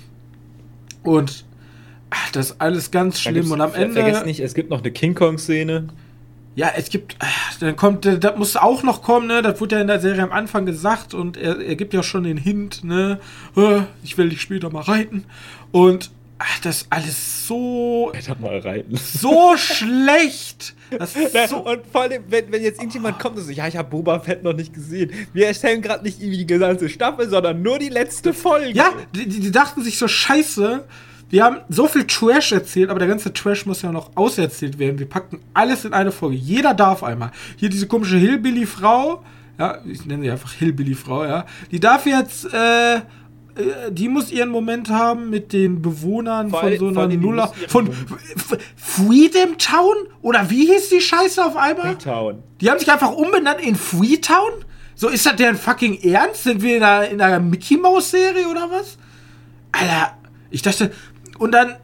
Und ach, das ist alles ganz schlimm. Und am Ende... Vergesst nicht, es gibt noch eine King Kong-Szene. Ja, es gibt, dann kommt, das muss auch noch kommen, ne, das wurde ja in der Serie am Anfang gesagt und er, er gibt ja schon den Hint, ne, ich will dich später mal reiten und ach, das ist alles so, mal reiten. so schlecht. Das ist so und vor allem, wenn, wenn jetzt irgendjemand kommt und so, ja, ich habe Boba Fett noch nicht gesehen. Wir erzählen gerade nicht irgendwie die gesamte Staffel, sondern nur die letzte Folge. Ja, die, die dachten sich so, scheiße, wir haben so viel Trash erzählt, aber der ganze Trash muss ja noch auserzählt werden. Wir packen alles in eine Folge. Jeder darf einmal. Hier diese komische Hillbilly-Frau, ja, ich nenne sie einfach Hillbilly-Frau, ja, die darf jetzt, äh, die muss ihren Moment haben mit den Bewohnern vor von so einer allem, Nuller, von F- Freedom Town? Oder wie hieß die Scheiße auf einmal? Freetown. Die haben sich einfach umbenannt in Freetown? So, ist das deren fucking Ernst? Sind wir in einer, in einer Mickey-Mouse-Serie oder was? Alter, ich dachte... Und dann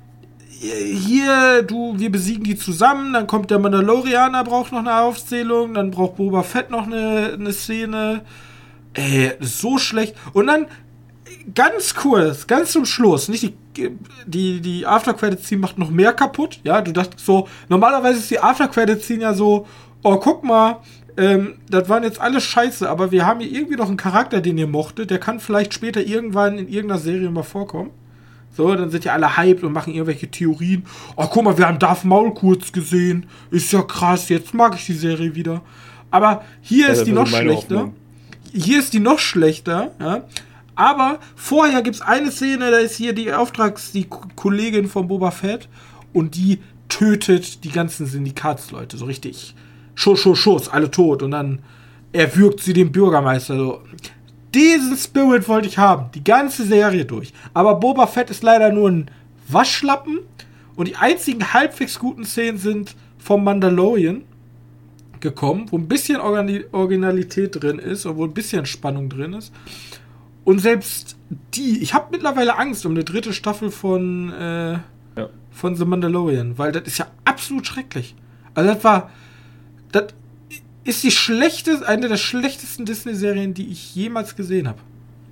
hier, du, wir besiegen die zusammen, dann kommt der Mandalorianer, braucht noch eine Aufzählung, dann braucht Boba Fett noch eine, eine Szene. Ey, so schlecht. Und dann ganz kurz, ganz zum Schluss, nicht die, die, die After-Credit-Scene macht noch mehr kaputt. Ja, du dachtest so, normalerweise ist die After-Credit-Scene ja so, oh, guck mal, ähm, das waren jetzt alles scheiße, aber wir haben hier irgendwie noch einen Charakter, den ihr mochtet, der kann vielleicht später irgendwann in irgendeiner Serie mal vorkommen. So, dann sind ja alle hyped und machen irgendwelche Theorien. Oh, guck mal, wir haben Darth Maul kurz gesehen. Ist ja krass, jetzt mag ich die Serie wieder. Aber hier Ja, ist das die ist noch meine schlechter. Hoffnung. Hier ist die noch schlechter, ja. Aber vorher gibt es eine Szene, da ist hier die Auftrags-, die K- Kollegin von Boba Fett und die tötet die ganzen Syndikatsleute, so richtig. Schuss, Schuss, Schuss, alle tot. Und dann erwürgt sie den Bürgermeister so. Diesen Spirit wollte ich haben, die ganze Serie durch. Aber Boba Fett ist leider nur ein Waschlappen. Und die einzigen halbwegs guten Szenen sind vom Mandalorian gekommen, wo ein bisschen Organi- Originalität drin ist und wo ein bisschen Spannung drin ist. Und selbst die, ich habe mittlerweile Angst um eine dritte Staffel von, äh, Ja. von The Mandalorian, weil das ist ja absolut schrecklich. Also das war, das ist die schlechteste, eine der schlechtesten Disney-Serien, die ich jemals gesehen habe.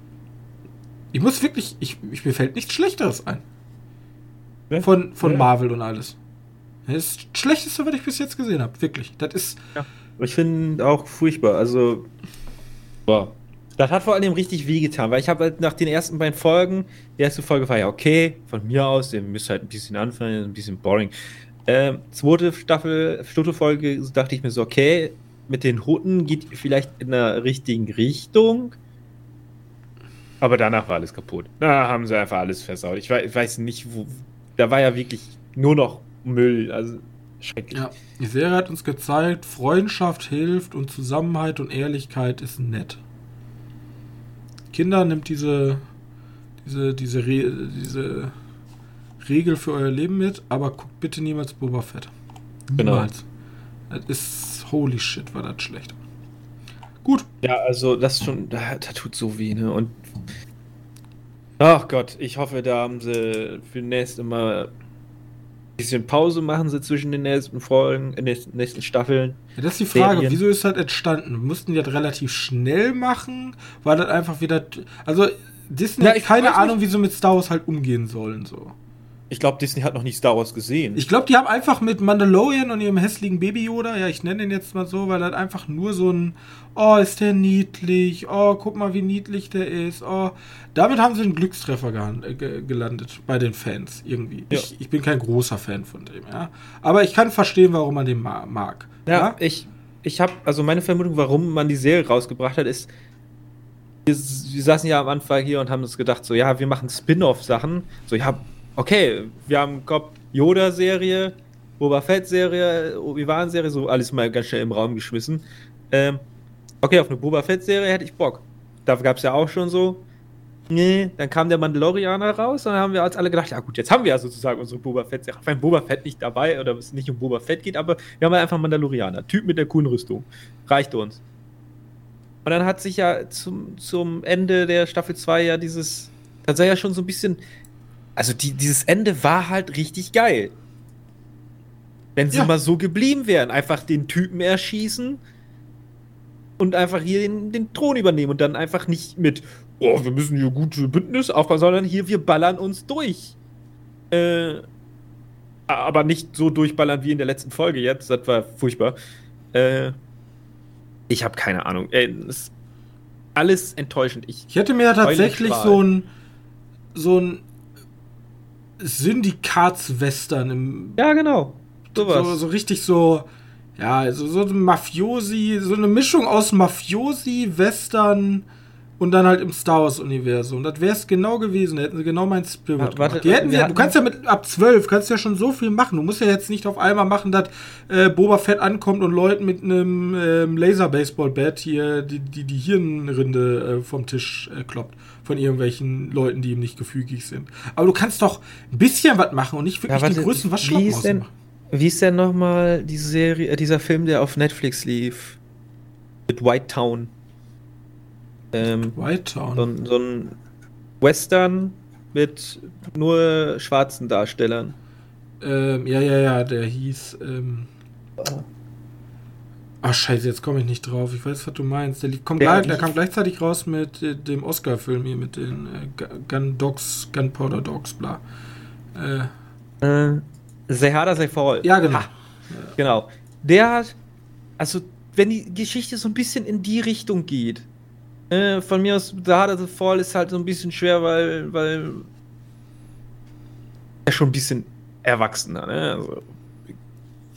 Ich muss wirklich, ich, ich, mir fällt nichts Schlechteres ein. Ja. Von, von Ja. Marvel und alles. Das ist das Schlechteste, was ich bis jetzt gesehen habe. Wirklich. Das ist. Ja. Ich finde auch furchtbar. Also, boah. Das hat vor allem richtig wehgetan, weil ich habe halt nach den ersten beiden Folgen, die erste Folge war ja okay, von mir aus, ihr müsst halt ein bisschen anfangen, ein bisschen boring. Ähm, zweite Staffel, vierte Folge, dachte ich mir so, okay, mit den Hutten geht vielleicht in der richtigen Richtung. Aber danach war alles kaputt. Da haben sie einfach alles versaut. Ich weiß, ich weiß nicht, wo. Da war ja wirklich nur noch Müll. Also schrecklich. Ja, die Serie hat uns gezeigt, Freundschaft hilft und Zusammenhalt und Ehrlichkeit ist nett. Kinder, nimmt diese diese diese Re- diese Regel für euer Leben mit, aber guckt bitte niemals Boba Fett. Genau. Niemals. Das ist holy shit, war das schlecht. Gut. Ja, also das schon, da, da tut so weh, ne? Und ach Gott, ich hoffe, da haben sie für den nächsten Mal ein bisschen Pause machen sie zwischen den nächsten Folgen, in den nächsten, nächsten Staffeln. Ja, das ist die Frage, Serien. wieso ist das entstanden? Mussten die das relativ schnell machen? War das einfach wieder. Also, Disney Ja, hat ich keine weiß Ahnung, nicht. wie sie mit Star Wars halt umgehen sollen. So. Ich glaube, Disney hat noch nie Star Wars gesehen. Ich glaube, die haben einfach mit Mandalorian und ihrem hässlichen Baby Yoda, ja, ich nenne ihn jetzt mal so, weil das einfach nur so ein, oh, ist der niedlich, oh, guck mal, wie niedlich der ist, oh. Damit haben sie einen Glückstreffer gehan- äh, ge- gelandet bei den Fans irgendwie. Ja. Ich, ich bin kein großer Fan von dem, ja. Aber ich kann verstehen, warum man den ma- mag. Ja, ich, ich habe, also meine Vermutung, warum man die Serie rausgebracht hat, ist, wir, wir saßen ja am Anfang hier und haben uns gedacht, so, ja, wir machen Spin-off-Sachen. So, ja, okay, wir haben Cobb Yoda-Serie, Boba Fett-Serie, Obi-Wan-Serie, so alles mal ganz schnell im Raum geschmissen. Ähm, okay, auf eine Boba Fett-Serie hätte ich Bock. Da gab es ja auch schon so, nee, dann kam der Mandalorianer raus und dann haben wir uns alle gedacht, ja gut, jetzt haben wir ja sozusagen unsere Boba Fett-Serie. Auch wenn Boba Fett nicht dabei oder es nicht um Boba Fett geht, aber wir haben ja einfach einen Mandalorianer. Typ mit der coolen Rüstung. Reicht uns. Und dann hat sich ja zum, zum Ende der Staffel zwei ja dieses, das sei ja schon so ein bisschen, also die, dieses Ende war halt richtig geil. Wenn sie Ja. mal so geblieben wären, einfach den Typen erschießen und einfach hier den, den Thron übernehmen und dann einfach nicht mit, oh, wir müssen hier gute Bündnis aufbauen, sondern hier, wir ballern uns durch. Äh, aber nicht so durchballern wie in der letzten Folge jetzt, das war furchtbar. Äh, ich habe keine Ahnung. Ey, das ist alles enttäuschend. Ich, Ich hätte mir tatsächlich Eulenstrahl. so ein so ein Syndikats-Western im ja, genau. Sowas. so, so richtig so, ja, so, so ein Mafiosi, so eine Mischung aus Mafiosi, Western und dann halt im Star Wars-Universum. Das wäre es genau gewesen, da hätten sie genau meinen Spirit Wa- warte, gemacht. Die hätten wir sie, hatten- du kannst ja mit ab zwölf, kannst ja schon so viel machen. Du musst ja jetzt nicht auf einmal machen, dass äh, Boba Fett ankommt und Leuten mit einem ähm, Laser-Baseball-Bat hier die, die, die Hirnrinde äh, vom Tisch äh, kloppt. Von irgendwelchen Leuten, die ihm nicht gefügig sind. Aber du kannst doch ein bisschen was machen und nicht wirklich Ja, warte, den größten wie Waschlappen ist denn, machen. wie ist denn nochmal die Serie, äh, dieser Film, der auf Netflix lief? Mit White Town. Ähm, White Town. so, ein- so ein Western mit nur schwarzen Darstellern. Ähm, ja, ja, ja, der hieß. Ähm Ach, scheiße, jetzt komme ich nicht drauf. Ich weiß, was du meinst. Der, li- kommt Der gleich, der lief- kam gleichzeitig raus mit äh, dem Oscar-Film hier, mit den äh, Gu- Gun Dogs, Gunpowder Dogs, bla. Äh, Äh, Say Harder, Say Fall. ja, genau. Ha, genau. Der hat, also, wenn die Geschichte so ein bisschen in die Richtung geht, äh, von mir aus, The Harder, The Fall ist halt so ein bisschen schwer, weil, weil er schon ein bisschen erwachsener, ne? Also,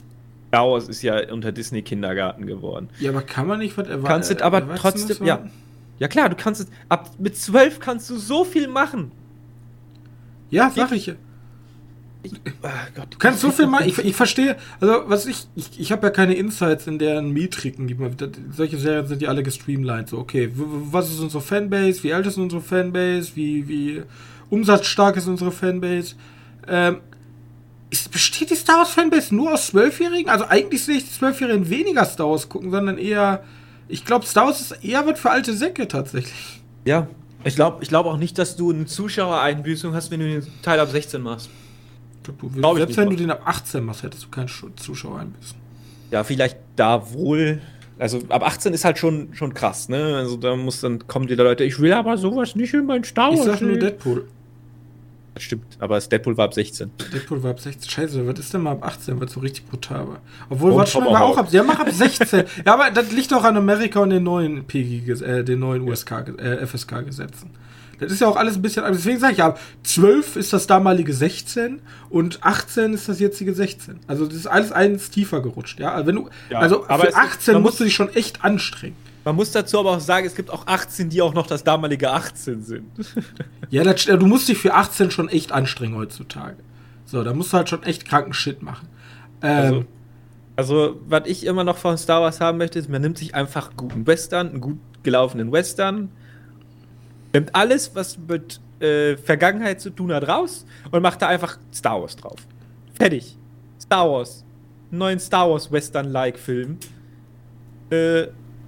Star Wars ist ja unter Disney Kindergarten geworden. Ja, aber kann man nicht was erwarten? Kannst du aber trotzdem, ja. Ja klar, du kannst es, ab mit zwölf kannst du so viel machen. Ja, sag ich ja. Ich, oh Gott, du kannst so viel machen. Ich, ich verstehe, also was ich, ich, ich habe ja keine Insights in deren Metriken, die man, solche Serien sind ja alle gestreamlined. So, okay, w- was ist unsere Fanbase? Wie alt ist unsere Fanbase? Wie, wie umsatzstark ist unsere Fanbase? Ähm, ist, besteht die Star Wars Fanbase nur aus Zwölfjährigen? Also eigentlich sehe ich die Zwölfjährigen weniger Star Wars gucken, sondern eher, ich glaube, Star Wars ist eher was für alte Säcke tatsächlich. Ja, ich glaube ich glaub auch nicht, dass du eine Zuschauereinbüßung hast, wenn du den Teil ab sechzehn machst. Du, Glaub selbst wenn du den ab achtzehn machst, hättest du keinen Zuschauer einbissen. Ja, vielleicht da wohl. Also ab achtzehn ist halt schon, schon krass, ne? Also da muss dann kommen die Leute, ich will aber sowas nicht in mein Star Wars. Ich sag nur Deadpool. Das stimmt, aber das Deadpool war ab sechzehn. Deadpool war ab sechzehn. Scheiße, was ist denn mal ab achtzehn, was so richtig brutal war? Obwohl, Watchmen war auch ab, ja, mach ab sechzehn. Ja, aber das liegt auch an Amerika und den neuen P G, äh, den neuen U S K, äh, F S K-Gesetzen. Das ist ja auch alles ein bisschen, deswegen sage ich ja, zwölf ist das damalige sechzehn und achtzehn ist das jetzige sechzehn. Also das ist alles eins tiefer gerutscht, ja. Also, wenn du, ja, also für achtzehn gibt, musst du dich schon echt anstrengen. Man muss dazu aber auch sagen, es gibt auch achtzehn, die auch noch das damalige achtzehn sind. Ja, das, du musst dich für achtzehn schon echt anstrengen heutzutage. So, da musst du halt schon echt kranken Shit machen. Ähm, also, also, was ich immer noch von Star Wars haben möchte, ist, man nimmt sich einfach einen guten Western, einen gut gelaufenen Western, nimmt alles, was mit äh, Vergangenheit zu tun hat, raus und macht da einfach Star Wars drauf. Fertig. Star Wars. Einen neuen Star Wars Western-like-Film. Äh,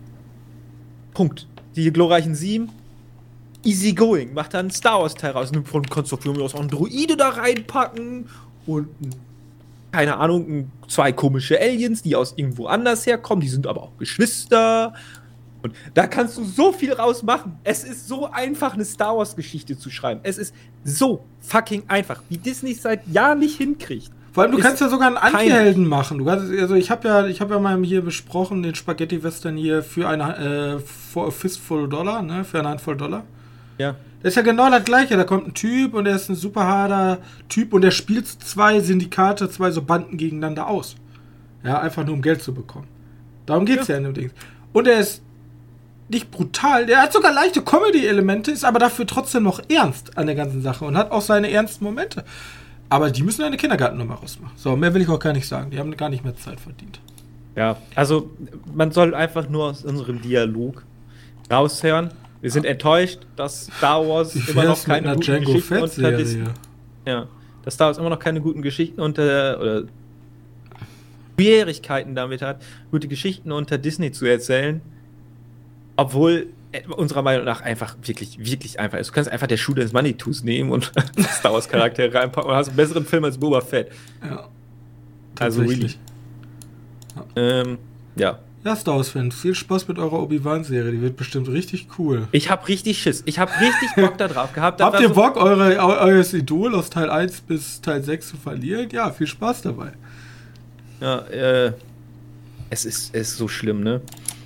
Punkt. Die glorreichen sieben. Easy going. Macht da einen Star Wars-Teil raus. Nimmt von Konstruktion aus auch einen Droide da reinpacken und keine Ahnung, zwei komische Aliens, die aus irgendwo anders herkommen. Die sind aber auch Geschwister. Und da kannst du so viel rausmachen. Es ist so einfach, eine Star Wars-Geschichte zu schreiben. Es ist so fucking einfach, wie Disney es seit Jahren nicht hinkriegt. Vor allem, du kannst ja sogar einen Anti-Helden machen. Du kannst, also ich habe ja, ich habe ja mal hier besprochen, den Spaghetti-Western hier für eine äh, for a fistful Dollar, ne, für eine Handvoll Dollar. Ja. Das ist ja genau das Gleiche. Da kommt ein Typ und der ist ein super harter Typ und der spielt zwei Syndikate, zwei so Banden gegeneinander aus. Ja, einfach nur um Geld zu bekommen. Darum geht's ja, ja in dem Ding. Und er ist nicht brutal, der hat sogar leichte Comedy-Elemente, ist aber dafür trotzdem noch ernst an der ganzen Sache und hat auch seine ernsten Momente. Aber die müssen eine Kindergartennummer rausmachen. So, mehr will ich auch gar nicht sagen. Die haben gar nicht mehr Zeit verdient. Ja, also man soll einfach nur aus unserem Dialog raushören. Wir sind ja. enttäuscht, dass Star Wars immer noch keine guten Django Geschichten unter Disney. Ja, dass Star Wars immer noch keine guten Geschichten unter oder Schwierigkeiten damit hat, gute Geschichten unter Disney zu erzählen. Obwohl unserer Meinung nach einfach wirklich, wirklich einfach ist. Du kannst einfach der Schuh des Manitus nehmen und Star Wars Charaktere reinpacken und hast einen besseren Film als Boba Fett. Ja. Also really. Ja. Ähm, ja. Ja, Star Wars-Fans, viel Spaß mit eurer Obi-Wan-Serie. Die wird bestimmt richtig cool. Ich hab richtig Schiss. Ich hab richtig Bock da drauf gehabt. Habt ihr so Bock, eure, eu, euer Idol aus Teil eins bis Teil sechs zu verlieren? Ja, viel Spaß dabei. Ja, äh, es ist, es ist so schlimm, ne?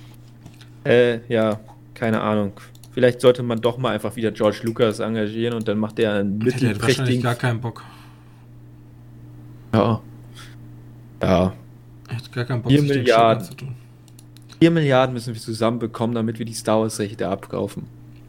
Äh, ja, keine Ahnung. Vielleicht sollte man doch mal einfach wieder George Lucas engagieren und dann macht der einen mittelprächtigen... Der hat wahrscheinlich gar keinen Bock. Ja. Ja. Er hat gar keinen Bock, sich den Shit anzutun. vier Milliarden müssen wir zusammenbekommen, damit wir die Star Wars-Rechte abkaufen.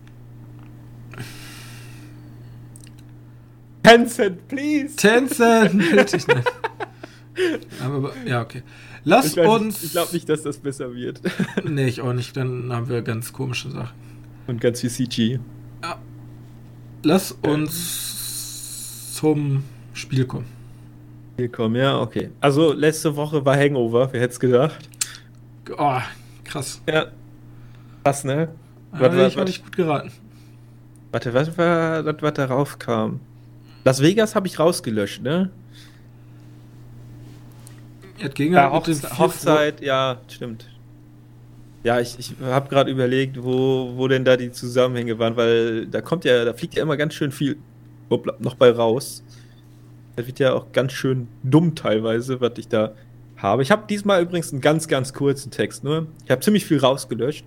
Tencent, please! Tencent! Bitte ich nicht. Aber, ja, okay. Lass ich weiß, uns... Ich glaube nicht, dass das besser wird. Nee, ich auch nicht. Dann haben wir ganz komische Sachen. Und ganz viel C G. Ja. Lass uns zum Spiel kommen. Spiel kommen, ja, okay. Also, letzte Woche war Hangover, wer hätte es gedacht? Oh, krass. Ja. Krass, ne? Ja, warte, ich war nicht gut geraten. Warte, was war das, was darauf kam? Las Vegas habe ich rausgelöscht, ne? Es ging ja, Hochze- Hochzeit, ja, stimmt. Ja, ich, ich habe gerade überlegt, wo, wo denn da die Zusammenhänge waren, weil da kommt ja, da fliegt ja immer ganz schön viel hoppla, noch bei raus. Das wird ja auch ganz schön dumm teilweise, was ich da habe. Ich habe diesmal übrigens einen ganz, ganz kurzen Text, nur. Ich habe ziemlich viel rausgelöscht.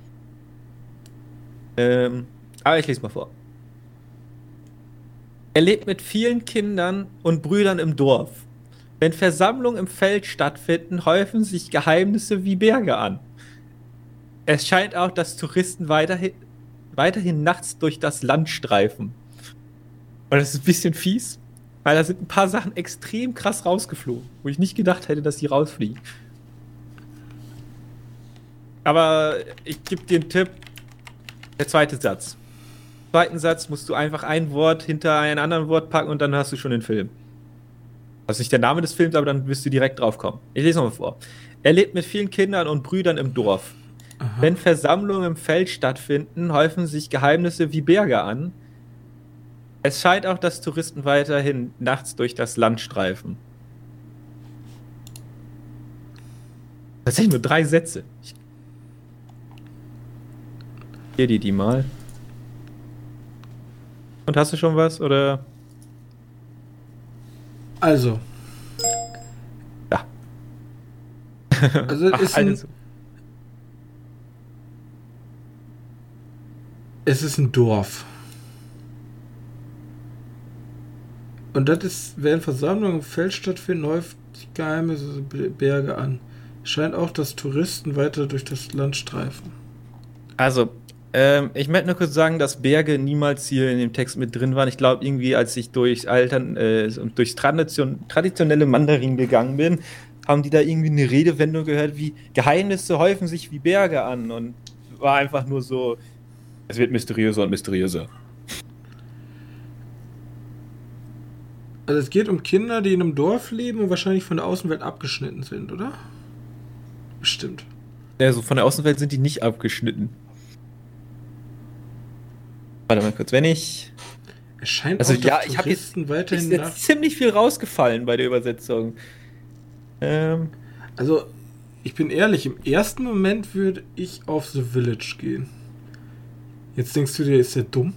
Ähm, aber ich lese mal vor. Er lebt mit vielen Kindern und Brüdern im Dorf. Wenn Versammlungen im Feld stattfinden, häufen sich Geheimnisse wie Berge an. Es scheint auch, dass Touristen weiterhin, weiterhin nachts durch das Land streifen. Und das ist ein bisschen fies, weil da sind ein paar Sachen extrem krass rausgeflogen, wo ich nicht gedacht hätte, dass die rausfliegen. Aber ich gebe dir einen Tipp. Der zweite Satz. Im zweiten Satz musst du einfach ein Wort hinter ein anderes Wort packen und dann hast du schon den Film. Das ist nicht der Name des Films, aber dann wirst du direkt drauf kommen. Ich lese nochmal vor. Er lebt mit vielen Kindern und Brüdern im Dorf. Aha. Wenn Versammlungen im Feld stattfinden, häufen sich Geheimnisse wie Berge an. Es scheint auch, dass Touristen weiterhin nachts durch das Land streifen. Tatsächlich nur drei Sätze. Ich hier die die mal. Und hast du schon was, oder? Also. Ja. Also es ist ein, also. es ist ein Dorf. Und das ist, während Versammlungen im Feld stattfinden, häuft sich geheime Berge an. Es scheint auch, dass Touristen weiter durch das Land streifen. Also, ähm, ich möchte nur kurz sagen, dass Berge niemals hier in dem Text mit drin waren. Ich glaube, irgendwie, als ich durchs Altern, äh, durchs Tradition, traditionelle Mandarin gegangen bin, haben die da irgendwie eine Redewendung gehört wie Geheimnisse häufen sich wie Berge an. Und war einfach nur so, es wird mysteriöser und mysteriöser. Also es geht um Kinder, die in einem Dorf leben und wahrscheinlich von der Außenwelt abgeschnitten sind, oder? Bestimmt. Also von der Außenwelt sind die nicht abgeschnitten. Warte mal kurz, wenn ich... Es scheint also auch, dass ja, ich habe jetzt, weiterhin ist jetzt nach... ziemlich viel rausgefallen bei der Übersetzung. Ähm... Also, ich bin ehrlich, im ersten Moment würde ich auf The Village gehen. Jetzt denkst du dir, ist der dumm?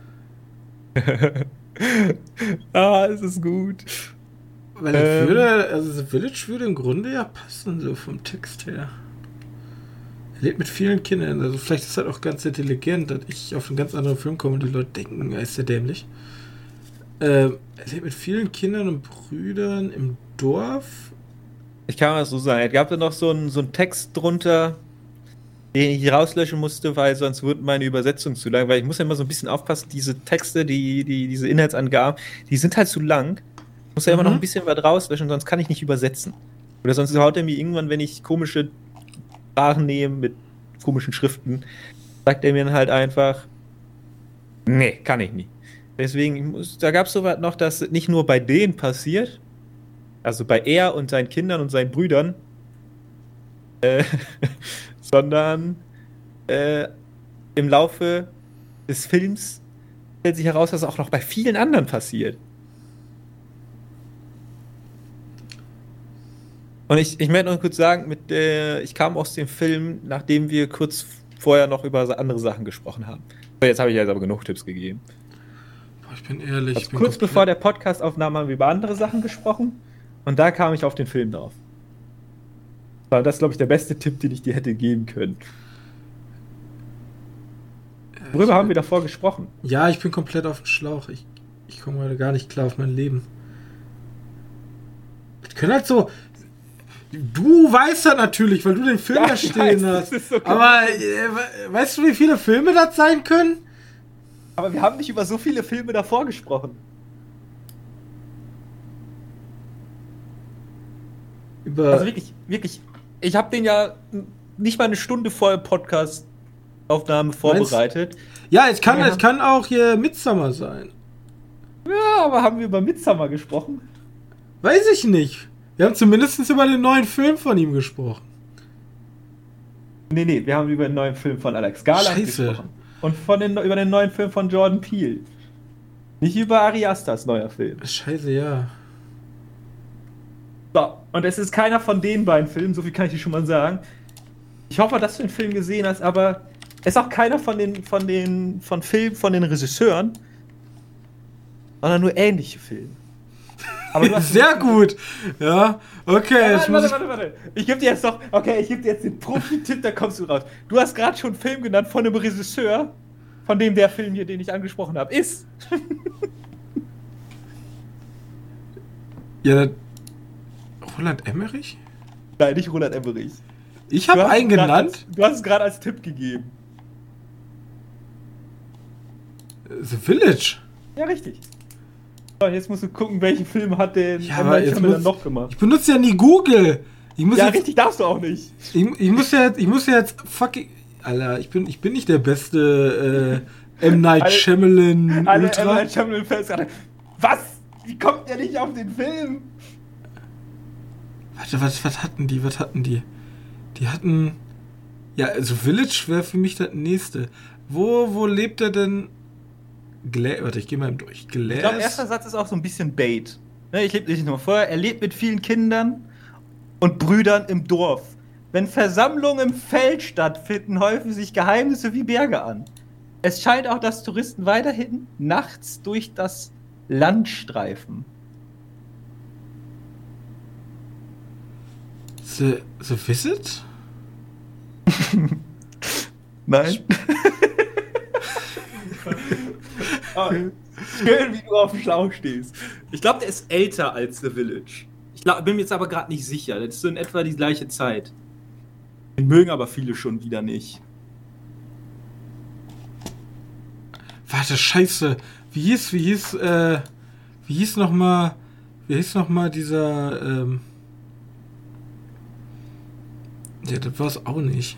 Ah, es ist gut. Weil ähm, würde, also The Village würde im Grunde ja passen, so vom Text her. Er lebt mit vielen Kindern, also vielleicht ist das auch ganz intelligent, dass ich auf einen ganz anderen Film komme und die Leute denken, er ist ja dämlich. Ähm, er lebt mit vielen Kindern und Brüdern im Dorf. Ich kann mal so sagen, es gab da noch so einen, so einen Text drunter, den ich rauslöschen musste, weil sonst wird meine Übersetzung zu lang, weil ich muss ja immer so ein bisschen aufpassen, diese Texte, die, die, diese Inhaltsangaben, die sind halt zu lang. Ich muss ja immer mhm. noch ein bisschen was rauslöschen, sonst kann ich nicht übersetzen. Oder sonst haut er mir irgendwann, wenn ich komische Sprachen nehme mit komischen Schriften, sagt er mir dann halt einfach, nee, kann ich nicht. Deswegen, muss, da gab es sowas noch, dass nicht nur bei denen passiert, also bei er und seinen Kindern und seinen Brüdern, äh, sondern äh, im Laufe des Films stellt sich heraus, dass es auch noch bei vielen anderen passiert. Und ich, ich möchte noch kurz sagen, mit der, ich kam aus dem Film, nachdem wir kurz vorher noch über andere Sachen gesprochen haben. So, jetzt habe ich jetzt aber genug Tipps gegeben. Boah, ich bin ehrlich. Also ich bin kurz bevor der Podcast-Aufnahme haben wir über andere Sachen gesprochen und da kam ich auf den Film drauf. Das ist, glaube ich, der beste Tipp, den ich dir hätte geben können. Worüber ich haben wir davor gesprochen? Ja, ich bin komplett auf den Schlauch. Ich, ich komme heute gar nicht klar auf mein Leben. Ich können halt so... Du weißt das natürlich, weil du den Film ja, da stehen weiß, hast. So aber äh, weißt du, wie viele Filme das sein können? Aber wir haben nicht über so viele Filme davor gesprochen. Über also wirklich, wirklich... Ich habe den ja nicht mal eine Stunde vor der Podcast-Aufnahme vorbereitet. Ja, es kann, es kann auch hier Midsommar sein. Ja, aber haben wir über Midsommar gesprochen? Weiß ich nicht. Wir haben zumindest über den neuen Film von ihm gesprochen. Nee, nee, wir haben über den neuen Film von Alex Garland Scheiße. gesprochen. Und von den, über den neuen Film von Jordan Peele. Nicht über Ari Asters neuer Film. Scheiße, ja. So, und es ist keiner von den beiden Filmen, so viel kann ich dir schon mal sagen. Ich hoffe, dass du den Film gesehen hast, aber es ist auch keiner von den, von den, von Filmen, von den Regisseuren, sondern nur ähnliche Filme. Aber du hast sehr gut. Ja, okay. Ja, warte, warte, warte, warte. Ich gebe dir jetzt noch, okay, ich gebe dir jetzt den Profi-Tipp, da kommst du raus. Du hast gerade schon einen Film genannt von einem Regisseur, von dem der Film hier, den ich angesprochen habe, ist. Ja, das Roland Emmerich? Nein, nicht Roland Emmerich. Ich habe einen genannt. Als, du hast es gerade als Tipp gegeben. The Village. Ja, richtig. So, jetzt musst du gucken, welchen Film hat denn ja, aber jetzt muss, dann noch gemacht. Ich benutze ja nie Google. Ich muss ja, jetzt, richtig, darfst du auch nicht. Ich, ich muss ja jetzt, ich muss ja jetzt fucking... Alter, ich bin, ich bin nicht der beste äh, M. Night alle, Shyamalan alle Ultra. M. Night Shyamalan Fans gerade. Was? Wie kommt der nicht auf den Film? Warte, was, was hatten die? Was hatten die? Die hatten... Ja, also Village wäre für mich das nächste. Wo, wo lebt er denn? Gla Warte, ich gehe mal durch. Glass. Ich glaube, erster Satz ist auch so ein bisschen Bait. Ne, ich lebe dich nur vor. Er lebt mit vielen Kindern und Brüdern im Dorf. Wenn Versammlungen im Feld stattfinden, häufen sich Geheimnisse wie Berge an. Es scheint auch, dass Touristen weiterhin nachts durch das Land streifen. The, the Visit? Nein. Oh, schön, wie du auf dem Schlauch stehst. Ich glaube, der ist älter als The Village. Ich glaub, bin mir jetzt aber gerade nicht sicher. Das ist so in etwa die gleiche Zeit. Den mögen aber viele schon wieder nicht. Warte, scheiße. Wie hieß, wie hieß, äh, wie hieß noch mal, wie hieß noch mal dieser, ähm, ja, das war es auch nicht.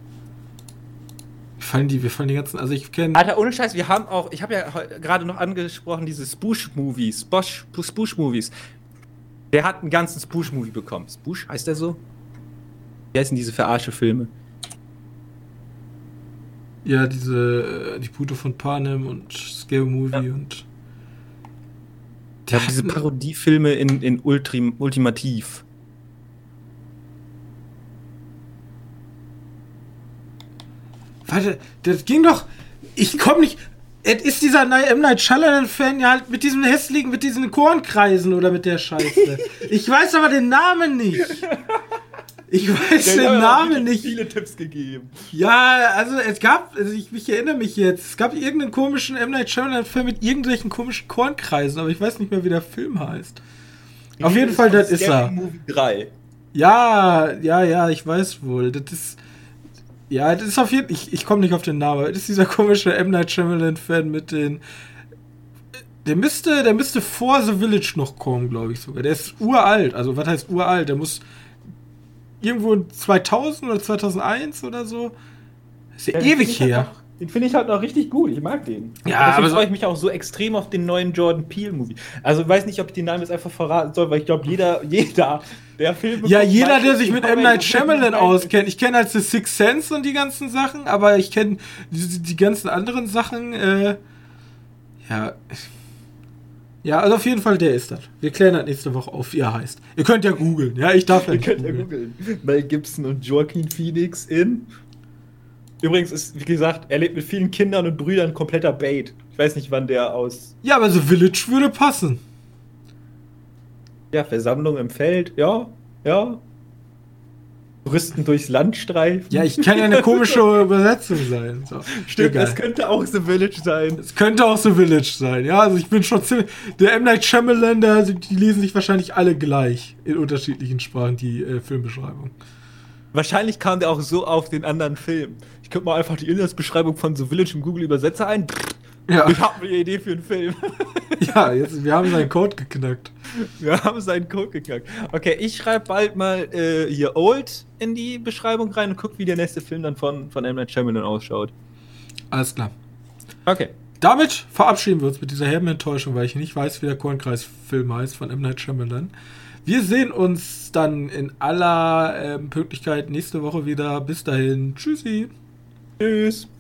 Wir fallen die, wir fallen die ganzen, also ich kenne... Alter, ohne Scheiß, wir haben auch, ich habe ja gerade noch angesprochen, diese Spoosh-Movies, Spoosh-Movies. Der hat einen ganzen Spoosh-Movie bekommen. Spoosh, heißt der so? Wie heißen diese Verarsche-Filme? Ja, diese, die Pute von Panem und Scary Movie ja. und... Der hat diese Parodiefilme in, in Ultrim, Ultimativ. Warte, das ging doch... Ich komm nicht... Es ist dieser M. Night Shyamalan-Fan ja halt mit diesem hässlichen, mit diesen Kornkreisen oder mit der Scheiße. Ich weiß aber den Namen nicht. Ich weiß der den Namen nicht. Viele Tipps gegeben. Ja, also es gab, also ich, ich erinnere mich jetzt, es gab irgendeinen komischen M. Night Shyamalan-Film mit irgendwelchen komischen Kornkreisen, aber ich weiß nicht mehr, wie der Film heißt. Ich Auf jeden Fall, das ist er. Movie drei. Ja, ja, ja, ich weiß wohl. Das ist... Ja, das ist auf jeden Fall... Ich, ich komme nicht auf den Namen. Das ist dieser komische M. Night Shyamalan-Fan mit den... Der müsste, der müsste vor The Village noch kommen, glaube ich sogar. Der ist uralt. Also, was heißt uralt? Der muss irgendwo in zweitausend oder zweitausendeins oder so. Ist ja, ja ewig her. Halt noch, den finde ich halt noch richtig gut. Ich mag den. Ja, deswegen aber freue ich mich auch so extrem auf den neuen Jordan Peele-Movie. Also, ich weiß nicht, ob ich den Namen jetzt einfach verraten soll, weil ich glaube, jeder, jeder, der Film... Ja, jeder, der sich mit M. Night Shyamalan auskennt. Ich kenne halt The Sixth Sense und die ganzen Sachen, aber ich kenne die, die ganzen anderen Sachen, äh, ja... Ja, also auf jeden Fall, der ist das. Wir klären das nächste Woche auf, wie er heißt. Ihr könnt ja googeln, ja, ich darf ja nicht. Ihr könnt ja googeln. Mel Gibson und Joaquin Phoenix in... Übrigens ist, wie gesagt, er lebt mit vielen Kindern und Brüdern kompletter Bait. Ich weiß nicht, wann der aus... Ja, aber The Village würde passen. Ja, Versammlung im Feld, ja, ja. Touristen durchs Land streifen. Ja, ich kann ja eine komische Übersetzung sein. So. Stimmt, es könnte auch The Village sein. Es könnte auch The Village sein, ja. Also ich bin schon ziemlich... Der M. Night Shyamalan, der, die lesen sich wahrscheinlich alle gleich in unterschiedlichen Sprachen, die äh, Filmbeschreibung. Wahrscheinlich kam der auch so auf den anderen Film. Ich könnte mal einfach die Inhaltsbeschreibung von The Village im Google-Übersetzer ein. Ja. Ich habe eine Idee für einen Film. Ja, jetzt, wir haben seinen Code geknackt. Wir haben seinen Code geknackt. Okay, ich schreibe bald mal äh, hier Old in die Beschreibung rein und guck, wie der nächste Film dann von, von M. Night Shyamalan ausschaut. Alles klar. Okay. Damit verabschieden wir uns mit dieser herben Enttäuschung, weil ich nicht weiß, wie der Kornkreis-Film heißt von M. Night Shyamalan. Wir sehen uns dann in aller äh, Pünktlichkeit nächste Woche wieder. Bis dahin. Tschüssi. Tschüss.